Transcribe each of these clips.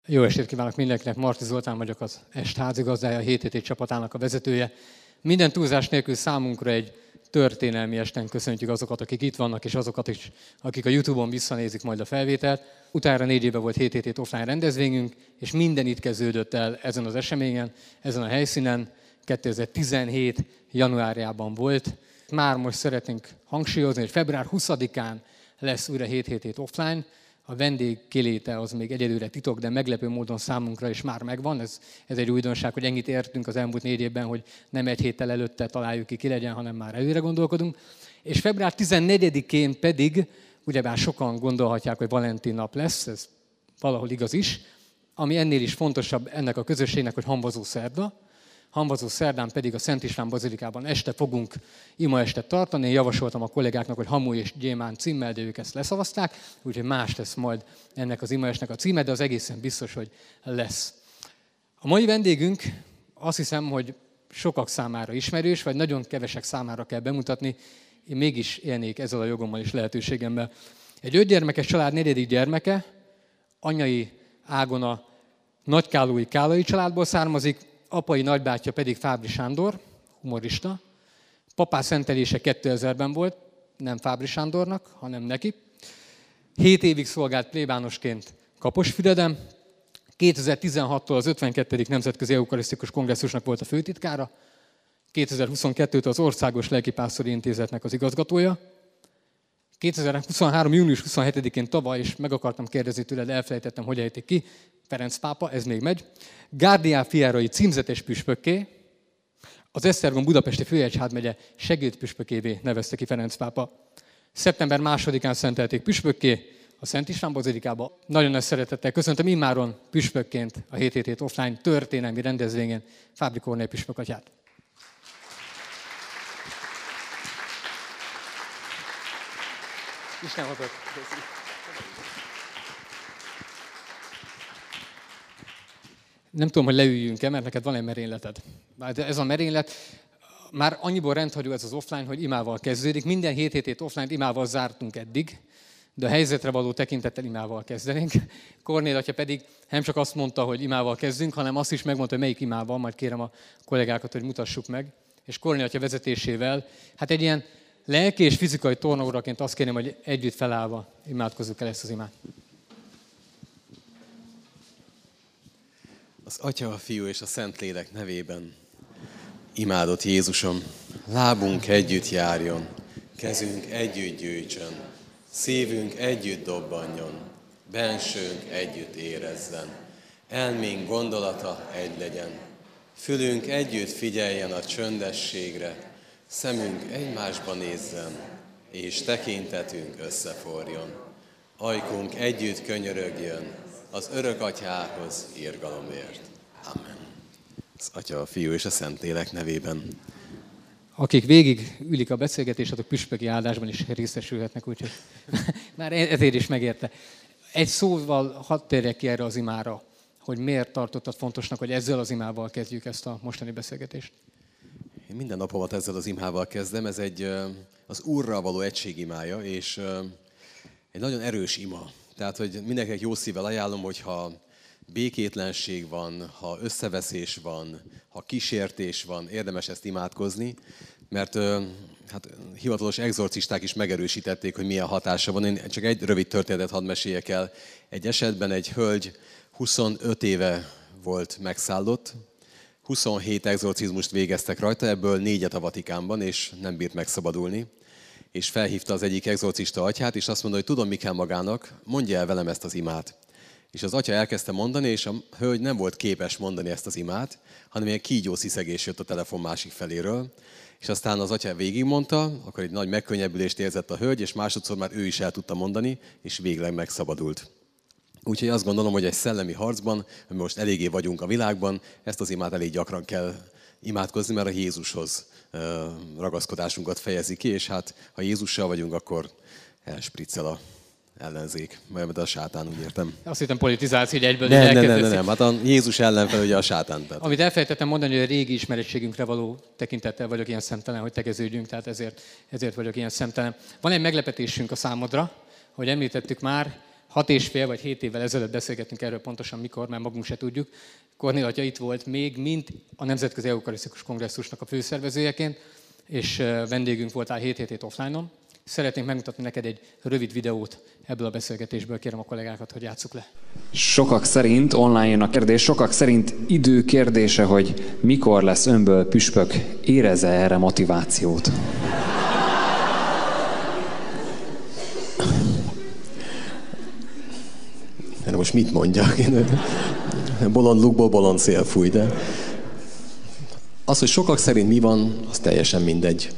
Jó estét kívánok mindenkinek, Marti Zoltán vagyok, az Est házigazdája, a 7 csapatának a vezetője. Minden túlzás nélkül számunkra egy történelmi esten köszöntjük azokat, akik itt vannak, és azokat is, akik a YouTube-on visszanézik majd a felvételt. Utána 4 éve volt 7 offline rendezvényünk, és minden itt kezdődött el ezen az eseményen, ezen a helyszínen. 2017. januárjában volt. Már most szeretnénk hangsúlyozni, hogy február 20-án lesz újra 7 offline. A vendég kiléte az még egyelőre titok, de meglepő módon számunkra is már megvan. Ez egy újdonság, hogy ennyit értünk az elmúlt 4 évben, hogy nem egy héttel előtte találjuk ki legyen, hanem már előre gondolkodunk. És február 14-én pedig, ugyebár sokan gondolhatják, hogy Valentin nap lesz, ez valahol igaz is, ami ennél is fontosabb ennek a közösségnek, hogy hamvazó szerda. Hamvazó szerdán pedig a Szent István bazilikában este fogunk imaestet tartani. Én javasoltam a kollégáknak, hogy Hamu és Gyémán címmel, de ők ezt leszavazták, úgyhogy más lesz majd ennek az imaestnek a címe, de az egészen biztos, hogy lesz. A mai vendégünk azt hiszem, hogy sokak számára ismerős, vagy nagyon kevesek számára kell bemutatni. Én mégis élnék ezzel a jogommal és lehetőségemmel. Egy 5 gyermekes család 4. gyermeke, anyai ágon a nagykállói Kálai családból származik, apai nagybátyja pedig Fábry Sándor, humorista. Papá szentelése 2000-ben volt, nem Fábry Sándornak, hanem neki. 7 évig szolgált plébánosként Kaposfüreden. 2016-tól az 52. Nemzetközi Eukarisztikus Kongresszusnak volt a főtitkára. 2022-től az Országos Lelkipásztori Intézetnek az igazgatója. 2023. június 27-én tavaly, és meg akartam kérdezni tőled, elfelejtettem, hogy ejtik ki, Ferenc pápa, ez még megy, Gárdián fiárai címzetes püspökké, az Esztergom budapesti főegyházmegye segédpüspökévé nevezte ki Ferenc pápa. Szeptember 2-án szentelték püspökké a Szent István bazilikába. Nagyon nagy szeretettel köszöntöm immáron püspökként a 7 offline történelmi rendezvényen Fábry Kornél püspökatyát. Isten hozott. Nem tudom, hogy leüljünk-e, mert neked van egy merényleted. De ez a merénylet már annyiból rendhagyó ez az offline, hogy imával kezdődik. Minden 7 offline imával zártunk eddig, de a helyzetre való tekintettel imával kezdenénk. Kornél atya pedig nem csak azt mondta, hogy imával kezdünk, hanem azt is megmondta, hogy melyik imával, majd kérem a kollégákat, hogy mutassuk meg. És Kornél atya vezetésével, hát egy ilyen lelki és fizikai tornaóraként azt kérném, hogy együtt felállva imádkozzuk el ezt az imát. Az Atya, a Fiú és a Szentlélek nevében. Imádott Jézusom, lábunk együtt járjon, kezünk együtt gyűjtsön, szívünk együtt dobbanjon, bensőnk együtt érezzen, elménk gondolata egy legyen, fülünk együtt figyeljen a csöndességre, szemünk egymásba nézzen, és tekintetünk összeforjon. Ajkunk együtt könyörögjön az örök Atyához irgalomért. Amen. Az Atya, a Fiú és a Szentlélek nevében. Akik végig ülik a beszélgetést, azok püspöki áldásban is részesülhetnek, úgyhogy már ezért is megérte. Egy szóval hadd térjek ki erre az imára, hogy miért tartottad fontosnak, hogy ezzel az imával kezdjük ezt a mostani beszélgetést. Én minden napomat ezzel az imával kezdem, ez az Úrral való egység imája, és egy nagyon erős ima. Tehát, hogy mindenkinek jó szívvel ajánlom, hogyha békétlenség van, ha összeveszés van, ha kísértés van, érdemes ezt imádkozni, mert hát hivatalos egzorcisták is megerősítették, hogy milyen hatása van. Én csak egy rövid történetet hadd meséljek el. Egy esetben egy hölgy 25 éve volt megszállott, 27 egzorcizmust végeztek rajta, ebből 4-et a Vatikánban, és nem bírt megszabadulni. És felhívta az egyik egzorcista atyát, és azt mondta, hogy tudom, mi kell magának, mondja el velem ezt az imát. És az atya elkezdte mondani, és a hölgy nem volt képes mondani ezt az imát, hanem ilyen kígyó sziszegés jött a telefon másik feléről. És aztán az atya végigmondta, akkor egy nagy megkönnyebbülést érzett a hölgy, és másodszor már ő is el tudta mondani, és végleg megszabadult. Úgyhogy azt gondolom, hogy egy szellemi harcban, ami most eléggé vagyunk a világban, ezt az imát elég gyakran kell imádkozni, mert a Jézushoz ragaszkodásunkat fejezi ki, és hát ha Jézussal vagyunk, akkor elspriccel a ellenzék, majd a sátán, úgy értem. Azt hittem politizálsz így egyből. Nem, hát a Jézus ellenfel ugye a sátán. Tehát. Amit elfelejtettem mondani, hogy a régi ismerettségünkre való tekintettel vagyok ilyen szemtelen, hogy tegeződjünk, tehát ezért vagyok ilyen szemtelen. Van egy meglepetésünk a számodra, hogy említettük már, 6,5 vagy 7 évvel ezelőtt beszélgettünk erről pontosan mikor, mert magunk se tudjuk. Kornél atya itt volt még, mint a Nemzetközi Eukarisztikus Kongresszusnak a főszervezőjeként, és vendégünk voltál 7 hétét offline-on. Szeretnénk megmutatni neked egy rövid videót ebből a beszélgetésből, kérem a kollégákat, hogy játsszuk le. Sokak szerint, online jön a kérdés, sokak szerint idő kérdése, hogy mikor lesz önből püspök, érez-e erre motivációt? Erre most mit mondjak? Bolond lukból bolond szél fúj, de az, hogy sokak szerint mi van, az teljesen mindegy.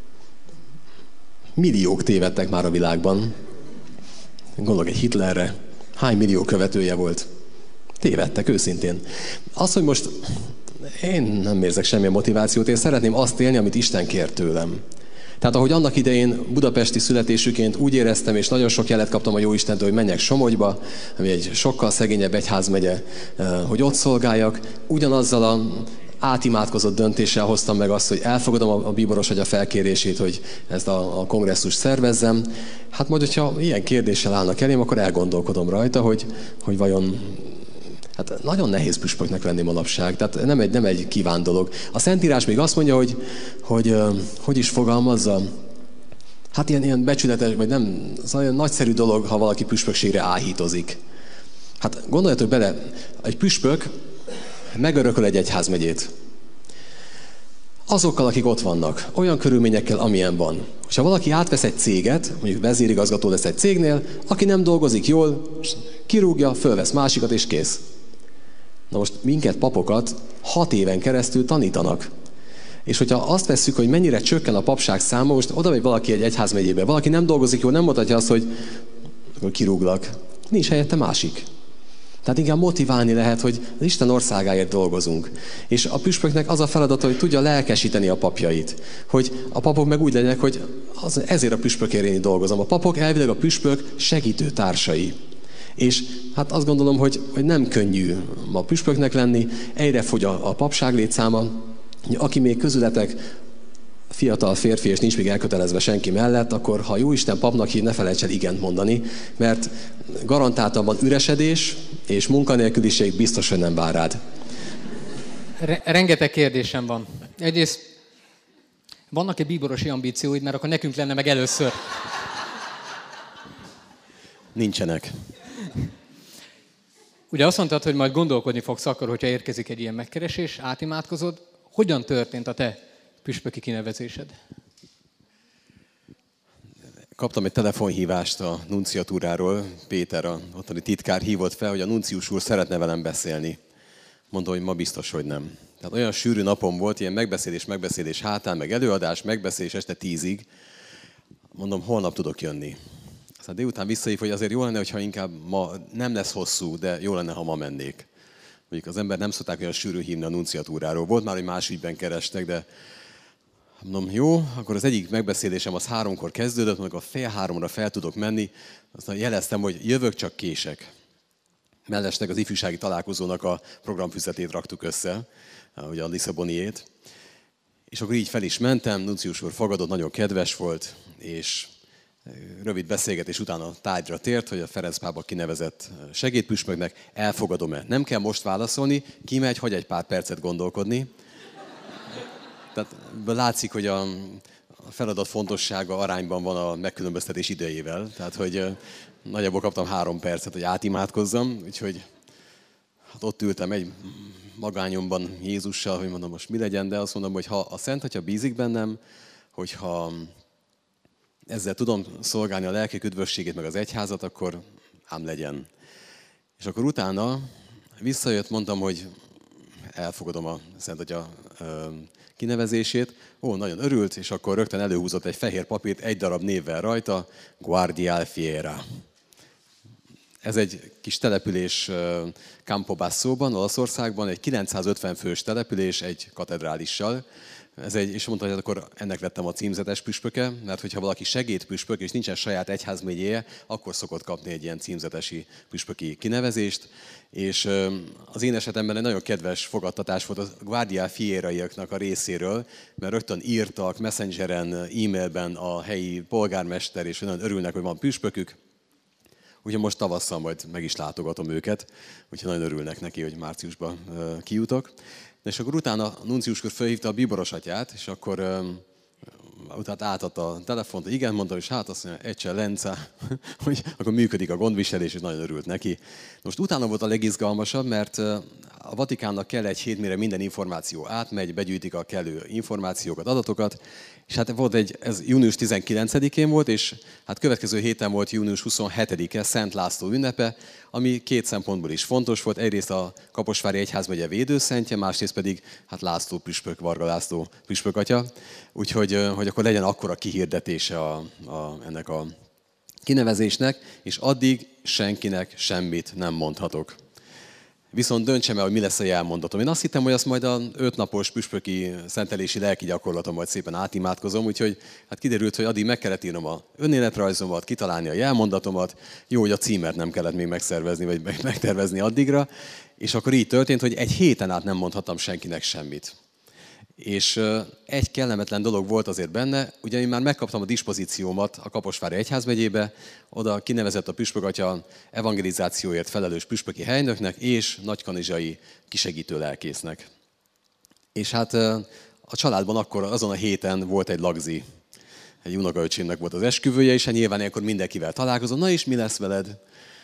Milliók tévedtek már a világban. Gondolok egy Hitlerre. Hány millió követője volt? Tévedtek, őszintén. Az, hogy most én nem érzek semmilyen motivációt, én szeretném azt élni, amit Isten kér tőlem. Tehát ahogy annak idején budapesti születésüként úgy éreztem, és nagyon sok jelet kaptam a Jóistentől, hogy menjek Somogyba, ami egy sokkal szegényebb egyházmegye, hogy ott szolgáljak, ugyanazzal a átimádkozott döntéssel hoztam meg azt, hogy elfogadom a bíboros atya felkérését, hogy ezt a kongresszust szervezzem. Hát majd, hogyha ilyen kérdéssel állnak elém, akkor elgondolkodom rajta, hogy vajon... Hát nagyon nehéz püspöknek lenni manapság, tehát nem egy kíván dolog. A Szentírás még azt mondja, hogy is fogalmazza, hát ilyen becsületes, vagy nem, az olyan nagyszerű dolog, ha valaki püspökségre áhítozik. Hát gondoljatok bele, egy püspök megörököl egy egyházmegyét. Azokkal, akik ott vannak, olyan körülményekkel, amilyen van. Ha valaki átvesz egy céget, mondjuk vezérigazgató lesz egy cégnél, aki nem dolgozik jól, kirúgja, fölvesz másikat és kész. Na most minket, papokat 6 éven keresztül tanítanak. És hogyha azt vesszük, hogy mennyire csökken a papság száma, most oda megy valaki egy egyházmegyébe, valaki nem dolgozik jól, nem mondhatja azt, hogy kirúglak. Nincs helyette másik. Tehát inkább motiválni lehet, hogy az Isten országáért dolgozunk. És a püspöknek az a feladata, hogy tudja lelkesíteni a papjait. Hogy a papok meg úgy legyenek, hogy ezért a püspökért én dolgozom. A papok elvileg a püspök segítő társai. És hát azt gondolom, hogy nem könnyű ma püspöknek lenni, egyre fogy a papság létszáma. Aki még közületek fiatal férfi, és nincs még elkötelezve senki mellett, akkor ha Jóisten papnak hív, ne felejts el igent mondani, mert garantáltan van üresedés, és munkanélküliség biztos, hogy nem vár rád. Rengeteg kérdésem van. Egyrészt, vannak-e bíborosi ambícióid, mert akkor nekünk lenne meg először? Nincsenek. Ugye azt mondtad, hogy majd gondolkodni fogsz akkor, hogyha érkezik egy ilyen megkeresés, átimádkozod. Hogyan történt a te püspöki kinevezésed? Kaptam egy telefonhívást a nunciatúráról, Péter, a ottani titkár hívott fel, hogy a nuncius úr szeretne velem beszélni. Mondom, hogy ma biztos, hogy nem. Tehát olyan sűrű napom volt, ilyen megbeszélés hátán, meg előadás, megbeszélés este 10-ig. Mondom, holnap tudok jönni. Aztán délután visszahív, hogy azért jó lenne, hogyha inkább ma nem lesz hosszú, de jó lenne, ha ma mennék. Mondjuk az ember nem szokták olyan sűrű hívni a nunciatúráról. Volt már, hogy más ügyben kerestek, de mondom, jó, akkor az egyik megbeszélésem az 3-kor kezdődött, mondjuk a 2:30-ra fel tudok menni. Aztán jeleztem, hogy jövök, csak kések. Mellesleg az ifjúsági találkozónak a programfüzetét raktuk össze, ugye a Lisszaboniét. És akkor így fel is mentem, nuncius úr fogadott, nagyon kedves volt, és rövid beszélgetés után a tárgyra tért, hogy a Ferenc pápa kinevezett segédpüspöknek, elfogadom-e. Nem kell most válaszolni, kimegy, hagy egy pár percet gondolkodni. Tehát látszik, hogy a feladat fontossága arányban van a megkülönböztetés idejével. Tehát, hogy nagyjából kaptam 3 percet, hogy átimádkozzam, úgyhogy hát ott ültem egy magányomban Jézussal, hogy mondom, most mi legyen, de azt mondom, hogy ha a Szent Atya bízik bennem, hogyha ezzel tudom szolgálni a lelki üdvösségét, meg az egyházat, akkor ám legyen. És akkor utána visszajött, mondtam, hogy elfogadom a Szent Atya kinevezését. Ó, nagyon örült, és akkor rögtön előhúzott egy fehér papírt, egy darab névvel rajta, Guardia Alfiera. Ez egy kis település Campobasso-ban, Olaszországban, egy 950 fős település, egy katedrálissal. És mondta, hogy akkor ennek lettem a címzetes püspöke, mert hogyha valaki segédpüspök, és nincsen saját egyházmegyéje, akkor szokott kapni egy ilyen címzetesi püspöki kinevezést. És az én esetemben egy nagyon kedves fogadtatás volt a Guardia Fieraiaknak a részéről, mert rögtön írtak messengeren, e-mailben a helyi polgármester, és nagyon örülnek, hogy van püspökük. Úgyhogy most tavasszal majd meg is látogatom őket, úgyhogy nagyon örülnek neki, hogy márciusban kijutok. És akkor utána a nunciuskör felhívta a bíboros atyát, és akkor utána átadta a telefont, igen, mondta, és hát azt mondja, Eccellenza, hogy akkor működik a gondviselés, és nagyon örült neki. Most utána volt a legizgalmasabb, mert a Vatikánnak kell egy hét, mire minden információ átmegy, begyűjtik a kellő információkat, adatokat, és hát volt ez június 19-én volt, és hát következő héten volt június 27-e, Szent László ünnepe, ami két szempontból is fontos volt. Egyrészt a Kaposvári Egyházmegye védőszentje, másrészt pedig hát László püspök, Varga László püspök atya. Úgyhogy hogy akkor legyen akkora kihirdetése ennek a kinevezésnek, és addig senkinek semmit nem mondhatok. Viszont döntsem el, hogy mi lesz a jelmondatom. Én azt hittem, hogy azt majd a 5 napos püspöki szentelési lelki gyakorlaton majd szépen átimádkozom, úgyhogy hát kiderült, hogy addig meg kellett írnom a önéletrajzomat, kitalálni a jelmondatomat. Jó, hogy a címert nem kellett még megszervezni, vagy megtervezni addigra. És akkor így történt, hogy egy héten át nem mondhattam senkinek semmit. És egy kellemetlen dolog volt azért benne, ugye én már megkaptam a dispozíciómat a Kaposvári Egyházmegyébe, oda kinevezett a püspökatya evangelizációért felelős püspöki helynöknek és nagykanizsai kisegítő lelkésznek. És hát a családban akkor azon a héten volt egy lagzi, egy unokaöcsémnek volt az esküvője, és hát nyilván ilyenkor mindenkivel találkozom, na és mi lesz veled?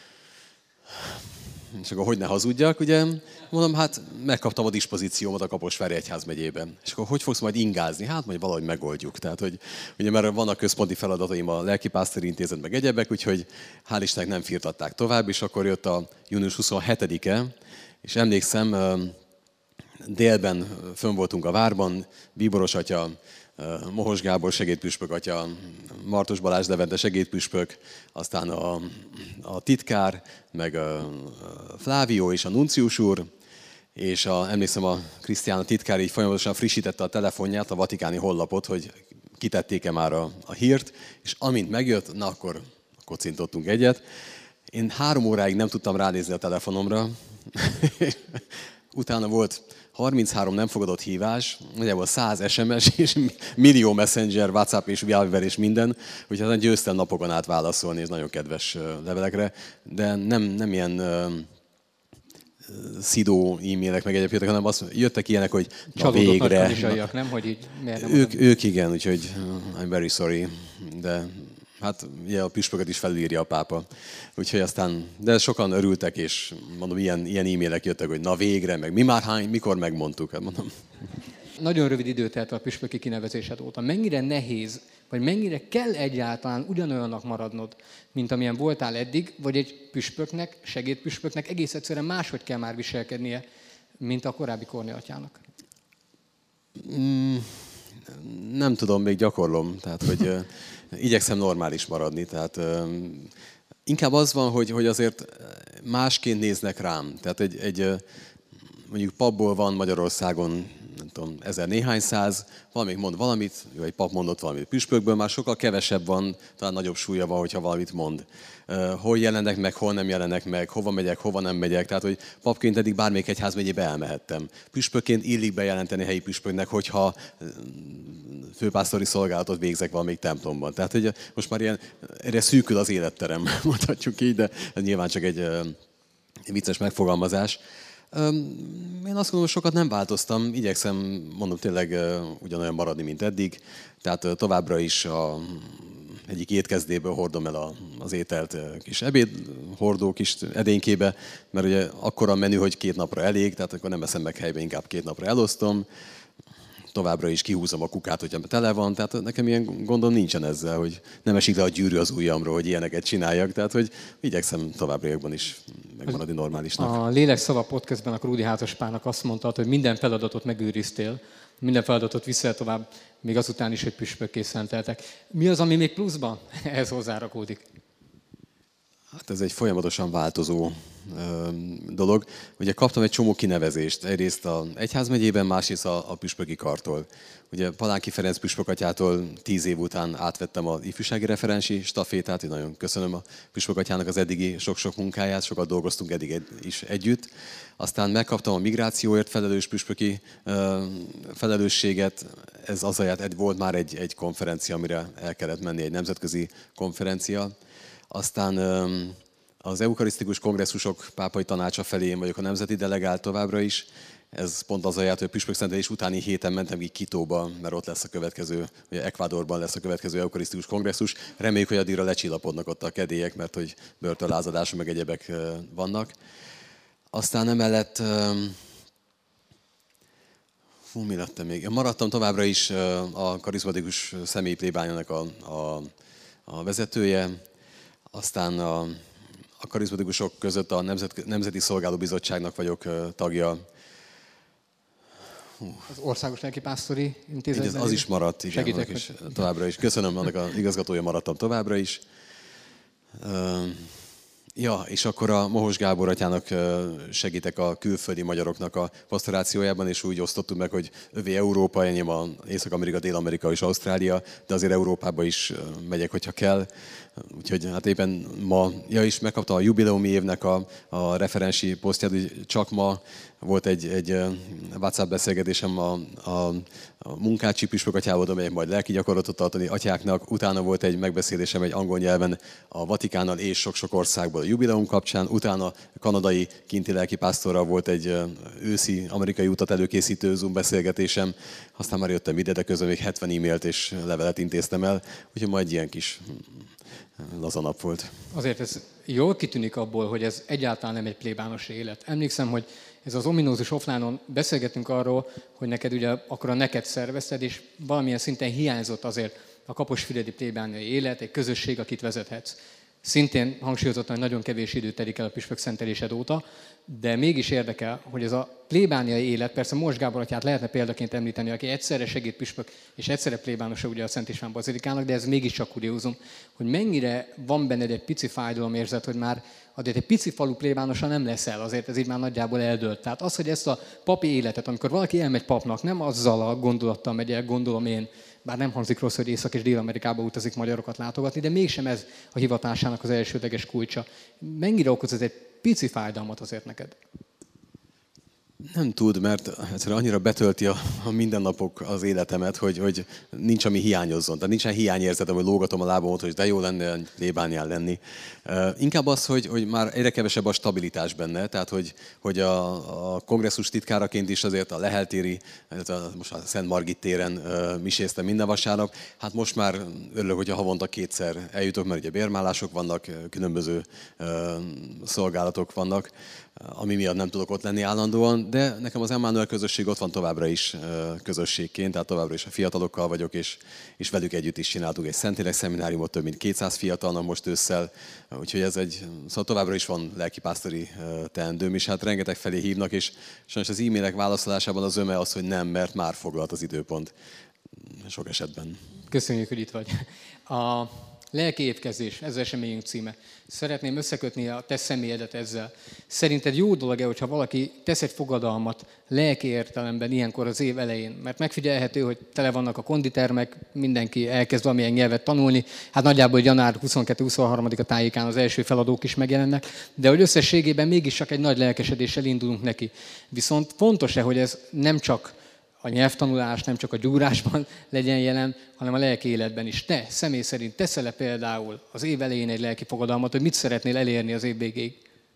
És akkor hogy ne hazudjak, ugye? Mondom, hát megkaptam a dispozíciómat a Kaposvári Egyházmegyében. És akkor hogy fogsz majd ingázni? Hát majd valahogy megoldjuk. Tehát, hogy ugye már vannak központi feladataim a lelkipásztori intézet, meg egyebek, úgyhogy hál' Istennek nem firtatták tovább, és akkor jött a június 27-e, és emlékszem, délben fönn voltunk a várban, bíboros atya, Mohos Gábor segédpüspök atya, Martos Balázs Levente segédpüspök, aztán a titkár, meg a Flávió és a nuncius úr, és emlékszem a Krisztián, a titkár így folyamatosan frissítette a telefonját, a vatikáni honlapot, hogy kitették-e már a hírt, és amint megjött, na akkor kocintottunk egyet. Én 3 óráig nem tudtam ránézni a telefonomra, utána volt 33 nem fogadott hívás, nagyjából 100 SMS és millió Messenger, WhatsApp és Viber és minden, úgyhogy győztem napokon át válaszolni, és nagyon kedves levelekre, de nem ilyen szidó e-mailek meg egyébként, hanem azt jöttek ilyenek, hogy na végre. Nem, hogy így, miért nem ők igen, úgyhogy I'm very sorry, de hát ugye a püspököt is felülírja a pápa. Úgyhogy aztán, de sokan örültek, és mondom, ilyen e-mailek jöttek, hogy na végre, meg mi már mikor megmondtuk, hát mondom. Nagyon rövid idő telt a püspöki kinevezésed óta. Mennyire nehéz, vagy mennyire kell egyáltalán ugyanolyannak maradnod, mint amilyen voltál eddig, vagy egy püspöknek, segédpüspöknek egész egyszerűen máshogy kell már viselkednie, mint a korábbi Kornél atyának? Nem tudom, még gyakorlom, tehát hogy igyekszem normális maradni, tehát inkább az van, hogy azért másként néznek rám. Tehát mondjuk papból van Magyarországon, nem tudom, 1000 néhány száz, valamelyik mond valamit, vagy egy pap mondott valamit püspökből, már sokkal kevesebb van, talán nagyobb súlya van, hogyha valamit mond. Hol jelennek meg, hol nem jelennek meg, hova megyek, hova nem megyek. Tehát, hogy papként eddig bármelyik egyházmegyébe elmehettem. Püspökként illik bejelenteni helyi püspöknek, hogyha főpásztori szolgálatot végzek valamelyik templomban. Tehát, hogy most már erre szűkül az életterem, mondhatjuk így, de ez nyilván csak egy vicces megfogalmazás. Én azt gondolom, sokat nem változtam, igyekszem, mondom, tényleg ugyanolyan maradni, mint eddig. Tehát továbbra is egyik étkezdéből hordom el az ételt kis ebédhordó kis edénykébe, mert ugye akkora menü, hogy 2 napra elég, tehát akkor nem eszem meg helyben, inkább 2 napra elosztom. Továbbra is kihúzom a kukát, hogyha tele van, tehát nekem ilyen gondom nincsen ezzel, hogy nem esik le a gyűrű az ujjamról, hogy ilyeneket csináljak, tehát hogy igyekszem továbbiakban is megmaradni normálisnak. A Lélek Szava podcastben a Krúdi Házaspának azt mondta, hogy minden feladatot megőriztél, minden feladatot viszel tovább, még azután is, hogy püspökké szenteltek. Mi az, ami még pluszban ehhez hozzárakódik? Hát ez egy folyamatosan változó dolog. Ugye kaptam egy csomó kinevezést, egyrészt az egyházmegyében, másrészt a püspöki kartól. Ugye Palánki Ferenc püspökatyától 10 év után átvettem az ifjúsági referensi stafétát, én nagyon köszönöm a püspökatyának az eddigi sok-sok munkáját, sokat dolgoztunk eddig is együtt. Aztán megkaptam a migrációért felelős püspöki felelősséget, ez azért volt már egy konferencia, amire el kellett menni, egy nemzetközi konferencia. Aztán Az eukarisztikus kongresszusok pápai tanácsa felé én vagyok a nemzeti delegált továbbra is. Ez pont az a ját, hogy a püspökszentelés utáni héten mentem ki Quitóba, mert ott lesz a következő, ugye Ecuadorban lesz a következő eukarisztikus kongresszus. Reméljük, hogy addigra lecsillapodnak ott a kedélyek, mert hogy börtönlázadások meg egyebek vannak. Aztán emellett, mi lettem még? Maradtam továbbra is a karizmatikus személyi plébániának a vezetője, aztán a karizmatikusok között a Nemzeti Szolgálóbizottságnak vagyok tagja. Az Országos Lelkipásztori Intézetben? Az is maradt, igen, Segítek, is, továbbra is. Köszönöm, annak az igazgatója maradtam továbbra is. Ja, és akkor a Mohos Gábor atyának segítek a külföldi magyaroknak a pastorációjában, és úgy osztottuk meg, hogy övé Európa, enyém a Észak-Amerika, Dél-Amerika és Ausztrália, de azért Európába is megyek, hogyha kell. Úgyhogy hát éppen ma, is megkapta a jubileumi évnek a referensi posztját, hogy csak ma volt egy WhatsApp beszélgetésem a Munkácsi püspök atyával, amelyek majd lelki gyakorlatot tartani atyáknak. Utána volt egy megbeszélésem egy angol nyelven a Vatikánnal és sok-sok országból a jubileum kapcsán. Utána kanadai kinti lelkipásztorral volt egy őszi amerikai utat előkészítő Zoom beszélgetésem. Aztán már jöttem ide, de közben még 70 e-mailt és levelet intéztem el. Úgyhogy majd ilyen kis laza nap volt. Azért ez jól kitűnik abból, hogy ez egyáltalán nem egy plébános élet. Emlékszem, hogy ez az ominózus offline-on beszélgetünk arról, hogy neked ugye akkor a neked szervezted, és valamilyen szinten hiányzott azért a kaposfüredi plébániai élet, egy közösség, akit vezethetsz. Szintén hangsúlyozottan, hogy nagyon kevés idő telik el a püspök szentelésed óta, de mégis érdekel, hogy ez a plébániai élet, persze Mohos Gábor atyát lehetne példaként említeni, aki egyszerre segít püspök és egyszerre plébánosa ugye a Szent István bazilikának, de ez mégiscsak kuriózum, hogy mennyire van benned egy pici fájdalomérzet, hogy már azért egy pici falu plébánosa nem leszel, azért ez így már nagyjából eldőlt. Tehát az, hogy ezt a papi életet, amikor valaki elmegy papnak, nem azzal a gondolattal megy el, gondolom én, bár nem hangzik rossz, hogy Észak- és Dél-Amerikába utazik magyarokat látogatni, de mégsem ez a hivatásának az elsődleges kulcsa. Mennyire okoz ez egy pici fájdalmat azért neked? Nem tud, mert egyszerűen annyira betölti a mindennapok az életemet, hogy nincs, ami hiányozzon. Tehát nincsen hiányérzetem, hogy lógatom a lábamot, hogy de jó lenne plébánián lenni. Inkább az, hogy már egyre kevesebb a stabilitás benne, tehát hogy a kongresszus titkáraként is azért a Leheltéri, most a Szent Margit téren miséztem minden vasárnap. Hát most már örülök, hogyha havonta kétszer eljutok, mert ugye bérmálások vannak, különböző szolgálatok vannak, ami miatt nem tudok ott lenni állandóan, de nekem az Emmanuel közösség ott van továbbra is közösségként, tehát továbbra is a fiatalokkal vagyok, és velük együtt is csináltuk egy Szentlélek szemináriumot, több mint 200 fiatalnak most ősszel, úgyhogy ez szóval továbbra is van lelkipásztori teendőm, és hát rengeteg felé hívnak, és sajnos az e-mailek válaszolásában az öme az, hogy nem, mert már foglalt az időpont sok esetben. Köszönjük, hogy itt vagy. A lelki étkezés, ez az eseményünk címe. Szeretném összekötni a te személyedet ezzel. Szerinted jó dolog-e, hogyha valaki tesz egy fogadalmat lelki értelemben ilyenkor az év elején? Mert megfigyelhető, hogy tele vannak a konditermek, mindenki elkezd valamilyen nyelvet tanulni. Hát nagyjából január 22-23-a tájékán az első feladók is megjelennek, de hogy összességében mégis csak egy nagy lelkesedéssel indulunk neki. Viszont fontos-e, hogy ez nem csak a nyelvtanulás, nem csak a gyúrásban legyen jelen, hanem a lelki életben is. Te személy szerint teszel-e például az év elején egy lelki fogadalmat, hogy mit szeretnél elérni az év végéig?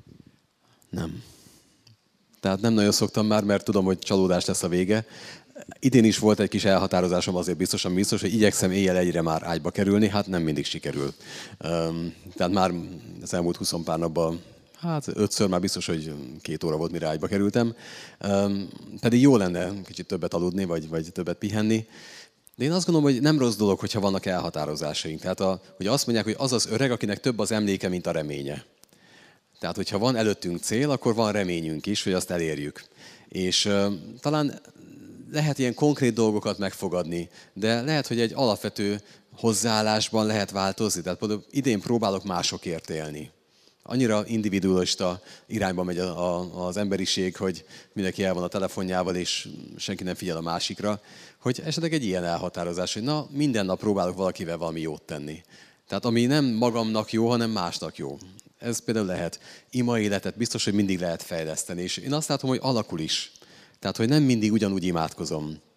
Nem. Tehát nem nagyon szoktam már, mert tudom, hogy csalódás lesz a vége. Idén is volt egy kis elhatározásom, azért biztosan biztos, hogy igyekszem éjjel egyre már ágyba kerülni, hát nem mindig sikerül. Tehát már az elmúlt 20 pár napban, hát 5-ször már biztos, hogy 2 óra volt, mire ágyba kerültem. Pedig jó lenne kicsit többet aludni, vagy többet pihenni. De én azt gondolom, hogy nem rossz dolog, hogyha vannak elhatározásaink. Tehát hogy azt mondják, hogy az az öreg, akinek több az emléke, mint a reménye. Tehát, hogyha van előttünk cél, akkor van reményünk is, hogy azt elérjük. És talán lehet ilyen konkrét dolgokat megfogadni, de lehet, hogy egy alapvető hozzáállásban lehet változni. Tehát például idén próbálok másokért élni. Annyira individualista irányba megy az emberiség, hogy mindenki el van a telefonjával, és senki nem figyel a másikra, hogy esetleg egy ilyen elhatározás, hogy na, minden nap próbálok valakivel valami jót tenni. Tehát ami nem magamnak jó, hanem másnak jó. Ez például lehet. Ima életet biztos, hogy mindig lehet fejleszteni, és én azt látom, hogy alakul is. Tehát, hogy nem mindig ugyanúgy imádkozom.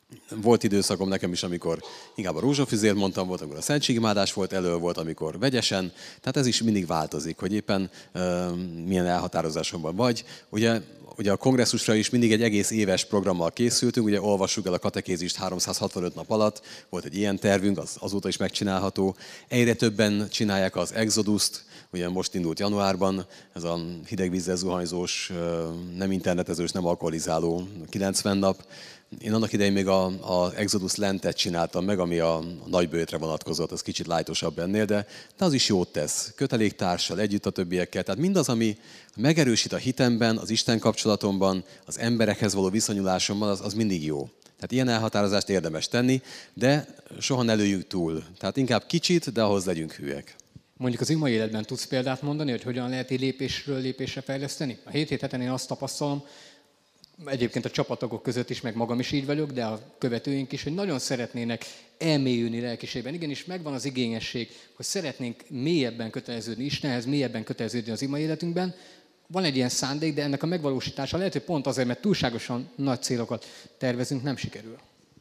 Volt időszakom nekem is, amikor inkább a rózsafüzért mondtam, volt, amikor a szentségimádás volt elő, volt, amikor vegyesen. Tehát ez is mindig változik, hogy éppen milyen elhatározásomban vagy. Ugye a kongresszusra is mindig egy egész éves programmal készültünk, ugye olvassuk el a katekézist 365 nap alatt, volt egy ilyen tervünk, azóta is megcsinálható. Egyre többen csinálják az Exodust, ugye most indult januárban, ez a hidegvízzel zuhanyzós, nem internetezős, nem alkoholizáló 90 nap. Én annak idején még az Exodus Lentet csináltam meg, ami a nagybőjtre vonatkozott, az kicsit lájtosabb ennél, de az is jót tesz. Köteléktársal, együtt a többiekkel. Tehát mindaz, ami megerősít a hitemben, az Isten kapcsolatomban, az emberekhez való viszonyulásomban, az mindig jó. Tehát ilyen elhatározást érdemes tenni, de soha ne lőjük túl. Tehát inkább kicsit, de ahhoz legyünk hűek. Mondjuk az ima életben tudsz példát mondani, hogy hogyan lehet így lépésről lépésre fejleszteni? A 7 heten én azt tapasztalom, egyébként a csapattagok között is, meg magam is így vagyok, de a követőink is, hogy nagyon szeretnének elmélyülni lelkiségben. Igenis megvan az igényesség, hogy szeretnénk mélyebben köteleződni Istenhez, mélyebben köteleződni az ima életünkben. Van egy ilyen szándék, de ennek a megvalósítása lehet, hogy pont azért, mert túlságosan nagy célokat tervezünk, nem sikerül.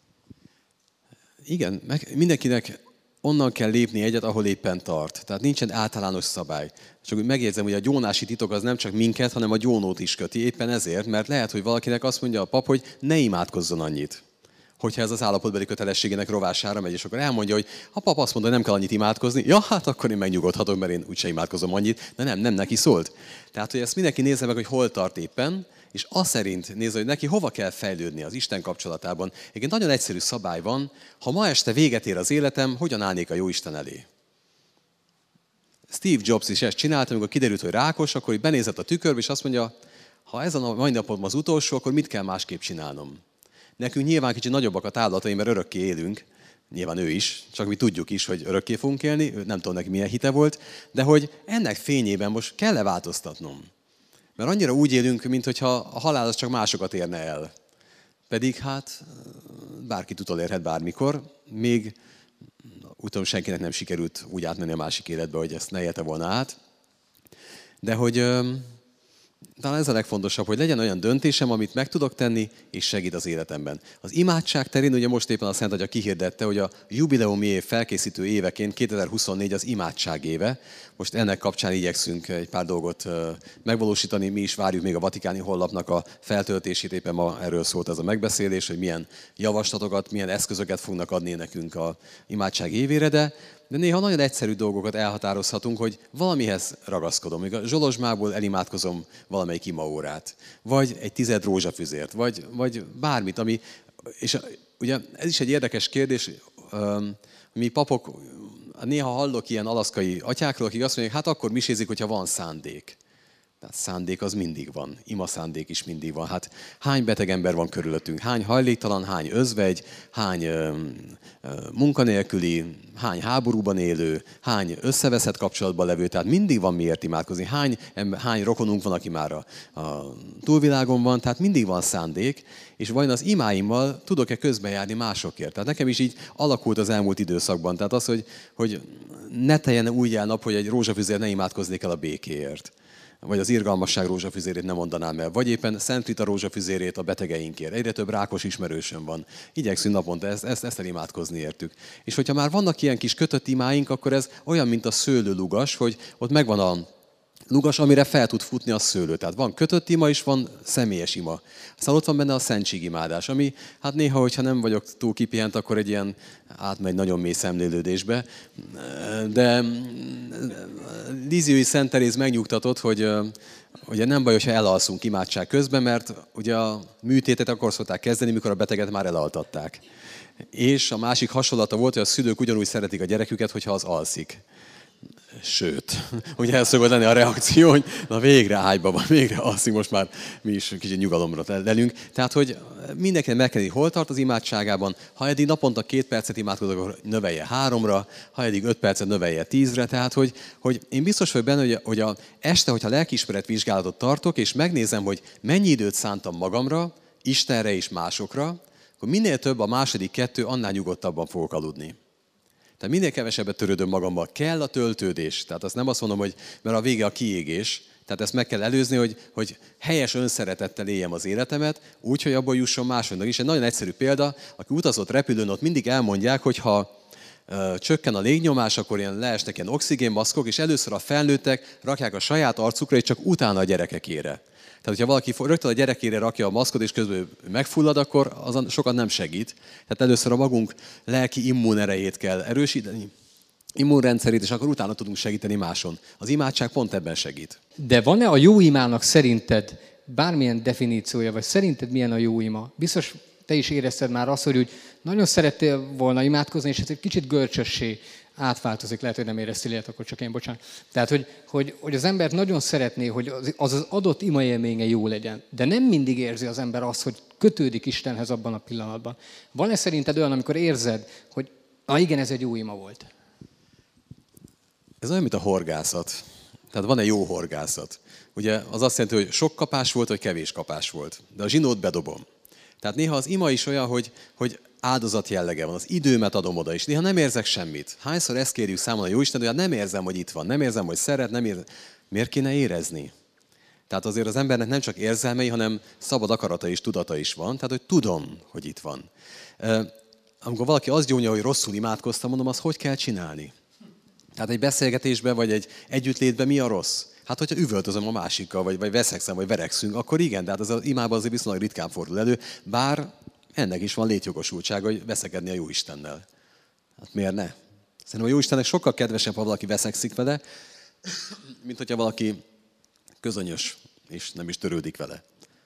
Igen, mindenkinek onnan kell lépni egyet, ahol éppen tart. Tehát nincsen általános szabály. Csak úgy megjegyzem, hogy a gyónási titok az nem csak minket, hanem a gyónót is köti. Éppen ezért, mert lehet, hogy valakinek azt mondja a pap, hogy ne imádkozzon annyit. Hogyha ez az állapotbeli kötelességének rovására megy, és akkor elmondja, hogy a pap azt mondja, hogy nem kell annyit imádkozni, ja, hát akkor én megnyugodhatok, mert én úgyse imádkozom annyit, de nem neki szólt. Tehát, hogy ezt mindenki nézze meg, hogy hol tart éppen, és azt szerint nézze, hogy neki hova kell fejlődni az Isten kapcsolatában. Egy nagyon egyszerű szabály van, ha ma este véget ér az életem, hogyan állnék a jó Isten elé? Steve Jobs is ezt csinálta, amikor kiderült, hogy rákos, akkor így benézett a tükörbe, és azt mondja, ha ez a mai napom az utolsó, akkor mit kell másképp csinálnom? Nekünk nyilván kicsit nagyobbak a távlatai, mert örökké élünk, nyilván ő is, csak mi tudjuk is, hogy örökké fogunk élni, nem tudom neki milyen hite volt, de hogy ennek fényében most kell-e változtatnom? Mert annyira úgy élünk, mintha a halál az csak másokat érne el. Pedig hát bárkit utolérhet bármikor, még úgy tudom, senkinek nem sikerült úgy átmenni a másik életbe, hogy ezt ne élte volna át. De hogy talán ez a legfontosabb, hogy legyen olyan döntésem, amit meg tudok tenni, és segít az életemben. Az imádság terén ugye most éppen a Szent Atya kihirdette, hogy a jubileumi év felkészítő éveként 2024 az imádság éve. Most ennek kapcsán igyekszünk egy pár dolgot megvalósítani. Mi is várjuk még a Vatikáni honlapnak a feltöltését, éppen ma erről szólt ez a megbeszélés, hogy milyen javaslatokat, milyen eszközöket fognak adni nekünk a imádság évére, de néha nagyon egyszerű dolgokat elhatározhatunk, hogy valamihez ragaszkodom. Még a Zsolozsmából elimádkozom valamelyik imaórát, vagy egy 10 rózsafüzért, vagy bármit, ami... És ugye ez is egy érdekes kérdés, mi papok, néha hallok ilyen alaszkai atyákról, akik azt mondják, hát akkor misézik, hogyha van szándék. Tehát szándék az mindig van, ima szándék is mindig van. Hát hány beteg ember van körülöttünk, hány hajléktalan, hány özvegy, hány munkanélküli, hány háborúban élő, hány összeveszett kapcsolatban levő, tehát mindig van miért imádkozni. Hány rokonunk van, aki már a túlvilágon van, tehát mindig van szándék, és vajon az imáimmal tudok-e közbenjárni másokért? Tehát nekem is így alakult az elmúlt időszakban. Tehát az, hogy ne teljen úgy el nap, hogy egy rózsafüzért ne imádkoznék el a békéért. Vagy az irgalmasság rózsafüzérét nem mondanám el, vagy éppen Szent Rita rózsafüzérét a betegeinkért. Egyre több rákos ismerősöm van. Igyekszünk naponta ezt imádkozni értük. És hogyha már vannak ilyen kis kötött imáink, akkor ez olyan, mint a szőlőlugas, hogy ott megvan a lugas, amire fel tud futni a szőlő. Tehát van kötött ima, és van személyes ima. Aztán ott van benne a szentségimádás, ami hát néha, hogyha nem vagyok túl kipihent, akkor egy ilyen átmegy nagyon mély szemlélődésbe. De Líziói Szent Teréz megnyugtatott, hogy ugye nem baj, hogyha elalszunk imádság közben, mert ugye a műtétet akkor szokták kezdeni, mikor a beteget már elaltatták. És a másik hasonlata volt, hogy a szülők ugyanúgy szeretik a gyereküket, hogyha az alszik. Sőt, ugye ez szokott lenni a reakció, hogy na végre ágyba van, végre alszik, most már mi is kicsit nyugalomra lelünk. Tehát, hogy mindenkinek meg kell, hol tart az imádságában. Ha eddig naponta 2 percet imádkozok, akkor növelje 3-ra, ha eddig 5 percet növelje 10-re. Tehát, hogy én biztos vagyok benne, hogy este, hogyha lelkiismeret vizsgálatot tartok, és megnézem, hogy mennyi időt szántam magamra, Istenre és másokra, akkor minél több a második 2, annál nyugodtabban fogok aludni. Tehát minél kevesebbet törődöm magammal. Kell a töltődés. Tehát azt nem azt mondom, hogy mert a vége a kiégés. Tehát ezt meg kell előzni, hogy helyes önszeretettel éljem az életemet, úgy, hogy abból jusson másodnak is. Egy nagyon egyszerű példa, aki utazott repülőn, ott mindig elmondják, hogy ha csökken a légnyomás, akkor ilyen leesnek ilyen oxigénmaszkok, és először a felnőttek rakják a saját arcukra, és csak utána a gyerekekére. Tehát, hogyha valaki rögtön a gyerekére rakja a maszkot, és közben megfullad, akkor azon sokat nem segít. Tehát először a magunk lelki immunerejét kell erősíteni, immunrendszerét, és akkor utána tudunk segíteni máson. Az imádság pont ebben segít. De van-e a jó imának szerinted bármilyen definíciója, vagy szerinted milyen a jó ima? Biztos te is érezted már azt, hogy úgy nagyon szerettél volna imádkozni, és ez egy kicsit görcsössé átváltozik. Lehet, hogy nem éreztél ilyet, akkor csak én, bocsánat. Tehát, hogy az ember nagyon szeretné, hogy az adott ima élménye jó legyen. De nem mindig érzi az ember azt, hogy kötődik Istenhez abban a pillanatban. Van-e szerinted olyan, amikor érzed, hogy igen, ez egy jó ima volt? Ez olyan, mint a horgászat. Tehát van egy jó horgászat. Ugye az azt jelenti, hogy sok kapás volt, vagy kevés kapás volt. De a zsinót bedobom. Tehát néha az ima is olyan, hogy áldozat jellege van, az időmet adom oda is. Néha nem érzek semmit. Hányszor ezt kérjük számon a Jóisten, hogy hát nem érzem, hogy itt van, nem érzem, hogy szeret, nem érzem. Miért kéne érezni? Tehát azért az embernek nem csak érzelmei, hanem szabad akarata és tudata is van. Tehát, hogy tudom, hogy itt van. Amikor valaki azt gyónja, hogy rosszul imádkoztam, mondom, azt hogy kell csinálni? Tehát egy beszélgetésben, vagy egy együttlétben mi a rossz? Hát, hogyha üvöltözöm a másikkal, vagy veszekszem, vagy verekszünk, akkor igen, de hát az imában azért viszonylag ritkán fordul elő, bár ennek is van létjogosultsága, hogy veszekedni a Jóistennel. Hát miért ne? Szerintem a Jóistennek sokkal kedvesebb, ha valaki veszekszik vele, mint hogyha valaki közönyös, és nem is törődik vele.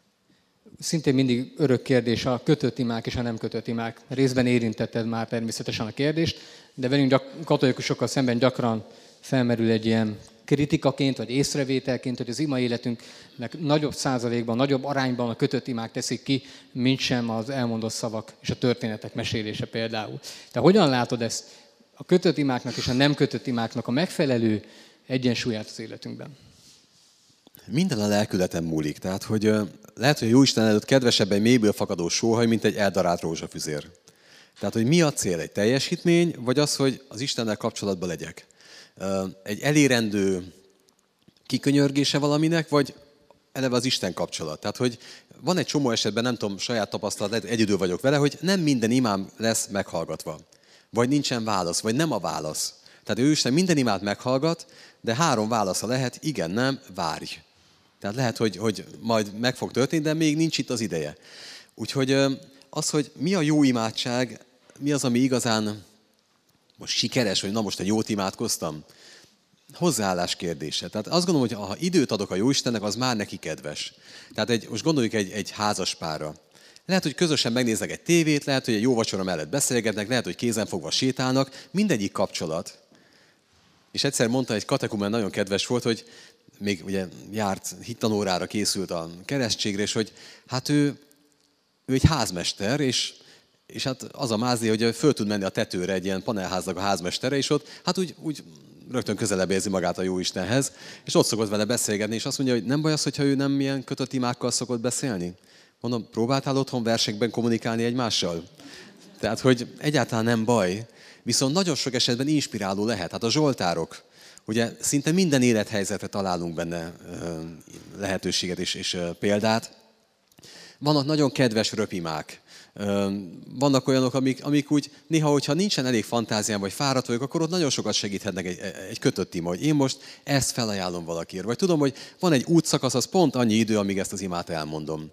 Szintén mindig örök kérdés a kötött imák és a nem kötött imák. Részben érintetted már természetesen a kérdést, de velünk katolikusokkal szemben gyakran felmerül egy ilyen kritikaként, vagy észrevételként, hogy az ima életünknek nagyobb százalékban, nagyobb arányban a kötött imák teszik ki, mint sem az elmondott szavak és a történetek mesélése például. Te hogyan látod ezt, a kötött imáknak és a nem kötött imáknak a megfelelő egyensúlyát az életünkben? Minden a lelkületen múlik. Tehát, hogy lehet, hogy a Jóisten előtt kedvesebb egy mélyből fakadó sóhaj, mint egy eldarált rózsafüzér. Tehát, hogy mi a cél? Egy teljesítmény, vagy az, hogy az Istennel kapcsolatban legyek? Egy elérendő kikönyörgése valaminek, vagy eleve az Isten kapcsolat. Tehát, hogy van egy csomó esetben, nem tudom, saját tapasztalat, egyedül vagyok vele, hogy nem minden imám lesz meghallgatva. Vagy nincsen válasz, vagy nem a válasz. Tehát ő Isten minden imát meghallgat, de 3 válasza lehet, igen, nem, várj. Tehát lehet, hogy majd meg fog történni, de még nincs itt az ideje. Úgyhogy az, hogy mi a jó imádság, mi az, ami igazán most sikeres, hogy na most egy jót imádkoztam, hozzáállás kérdése. Tehát azt gondolom, hogy ha időt adok a Jóistennek, az már neki kedves. Tehát most gondoljuk egy házas párra. Lehet, hogy közösen megnéznek egy tévét, lehet, hogy egy jó vacsora mellett beszélgetnek, lehet, hogy kézenfogva sétálnak, mindegyik kapcsolat. És egyszer mondta egy katekumen, nagyon kedves volt, hogy még ugye járt hittanórára, készült a keresztségre, és hogy hát ő egy házmester, és hát az a mázi, hogy föl tud menni a tetőre egy ilyen panelháznak a házmestere, és ott hát úgy rögtön közelebb érzi magát a Jóistenhez, és ott szokott vele beszélgetni, és azt mondja, hogy nem baj az, hogyha ő nem ilyen kötött imákkal szokott beszélni? Mondom, próbáltál otthon versekben kommunikálni egymással? Tehát, hogy egyáltalán nem baj, viszont nagyon sok esetben inspiráló lehet. Hát a zsoltárok, ugye szinte minden élethelyzetre találunk benne lehetőséget és példát. Vannak nagyon kedves röpimák. Vannak olyanok, amik úgy néha, hogyha nincsen elég fantáziám, vagy fáradt vagyok, akkor ott nagyon sokat segíthetnek egy kötött ima, hogy én most ezt felajánlom valakiért. Vagy tudom, hogy van egy útszakasz, az pont annyi idő, amíg ezt az imát elmondom.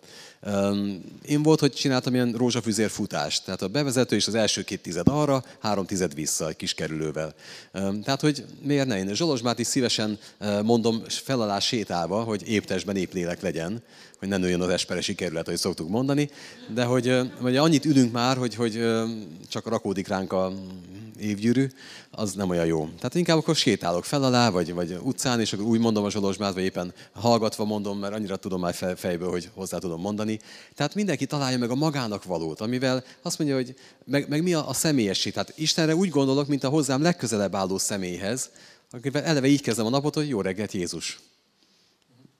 Én volt, hogy csináltam ilyen rózsafüzér futást. Tehát a bevezető és az első 2 tized arra, 3 tized vissza egy kis kerülővel. Tehát, hogy miért ne? Én Zsolozsmát is szívesen mondom fel alá sétálva, hogy épp testben épp lélek legyen, hogy ne nőjön az esperesi kerület, ahogy szoktuk mondani, de hogy annyit ülünk már, hogy csak rakódik ránk a évgyűrű, az nem olyan jó. Tehát inkább akkor sétálok fel alá, vagy utcán, és akkor úgy mondom a Zsolozsmát, vagy éppen hallgatva mondom, mert annyira tudom már fejből, hogy hozzá tudom mondani. Tehát mindenki találja meg a magának valót, amivel azt mondja, hogy meg mi a személyesség. Tehát Istenre úgy gondolok, mint a hozzám legközelebb álló személyhez, akivel eleve így kezdem a napot, hogy jó reggelt, Jézus.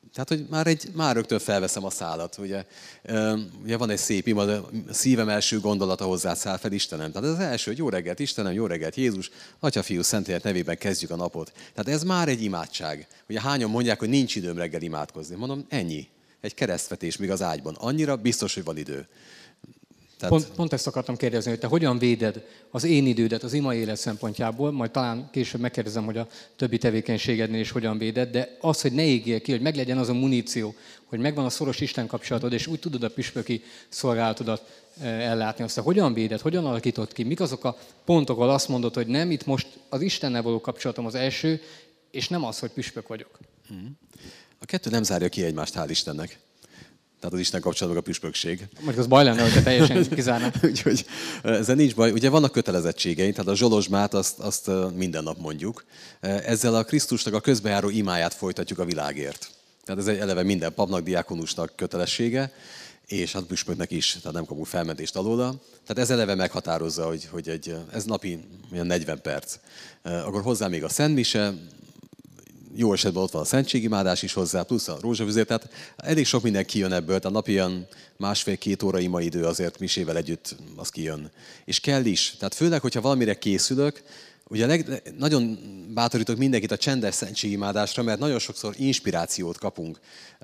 Tehát, hogy már rögtön felveszem a szálat. Ugye van egy szép ima, a szívem első gondolata hozzád száll fel, Istenem. Tehát ez az első, hogy jó reggelt Istenem, jó reggelt Jézus, Atya, Fiú, Szentlélek nevében kezdjük a napot. Tehát ez már egy imádság. Ugye hányan mondják, hogy nincs időm reggel imádkozni. Mondom, ennyi. Egy keresztvetés még az ágyban. Annyira biztos, hogy van idő. Pont ezt akartam kérdezni, hogy te hogyan véded az én idődet az ima élet szempontjából, majd talán később megkérdezem, hogy a többi tevékenységednél is hogyan véded, de az, hogy ne égjél ki, hogy meglegyen az a muníció, hogy megvan a szoros Isten kapcsolatod, és úgy tudod a püspöki szolgálatodat ellátni. Azt hogyan véded, hogyan alakítod ki, mik azok a pontok, ahol azt mondod, hogy nem, itt most az Istennel való kapcsolatom az első, és nem az, hogy püspök vagyok. A kettő nem zárja ki egymást, hál' Istennek. Tehát az Isten kapcsolatban a püspökség. Mondjuk az baj lenne, hogyha teljesen kizárnak. Úgyhogy ezzel nincs baj. Ugye vannak kötelezettségeink, tehát a zsolozsmát azt minden nap mondjuk. Ezzel a Krisztusnak a közbejáró imáját folytatjuk a világért. Tehát ez egy eleve minden papnak, diákonusnak kötelessége, és hát püspöknek is, tehát nem kapunk felmentést alóla. Tehát ez eleve meghatározza, hogy ez napi 40 perc. Akkor hozzá még a szentmise, jó esetben ott van a szentségimádás is hozzá, plusz a rózsavizér, tehát elég sok minden kijön ebből, tehát napi ilyen 1,5-2 óra ima idő azért misével együtt az kijön. És kell is, tehát főleg, hogyha valamire készülök, ugye nagyon bátorítok mindenkit a csendes szentségimádásra, mert nagyon sokszor inspirációt kapunk.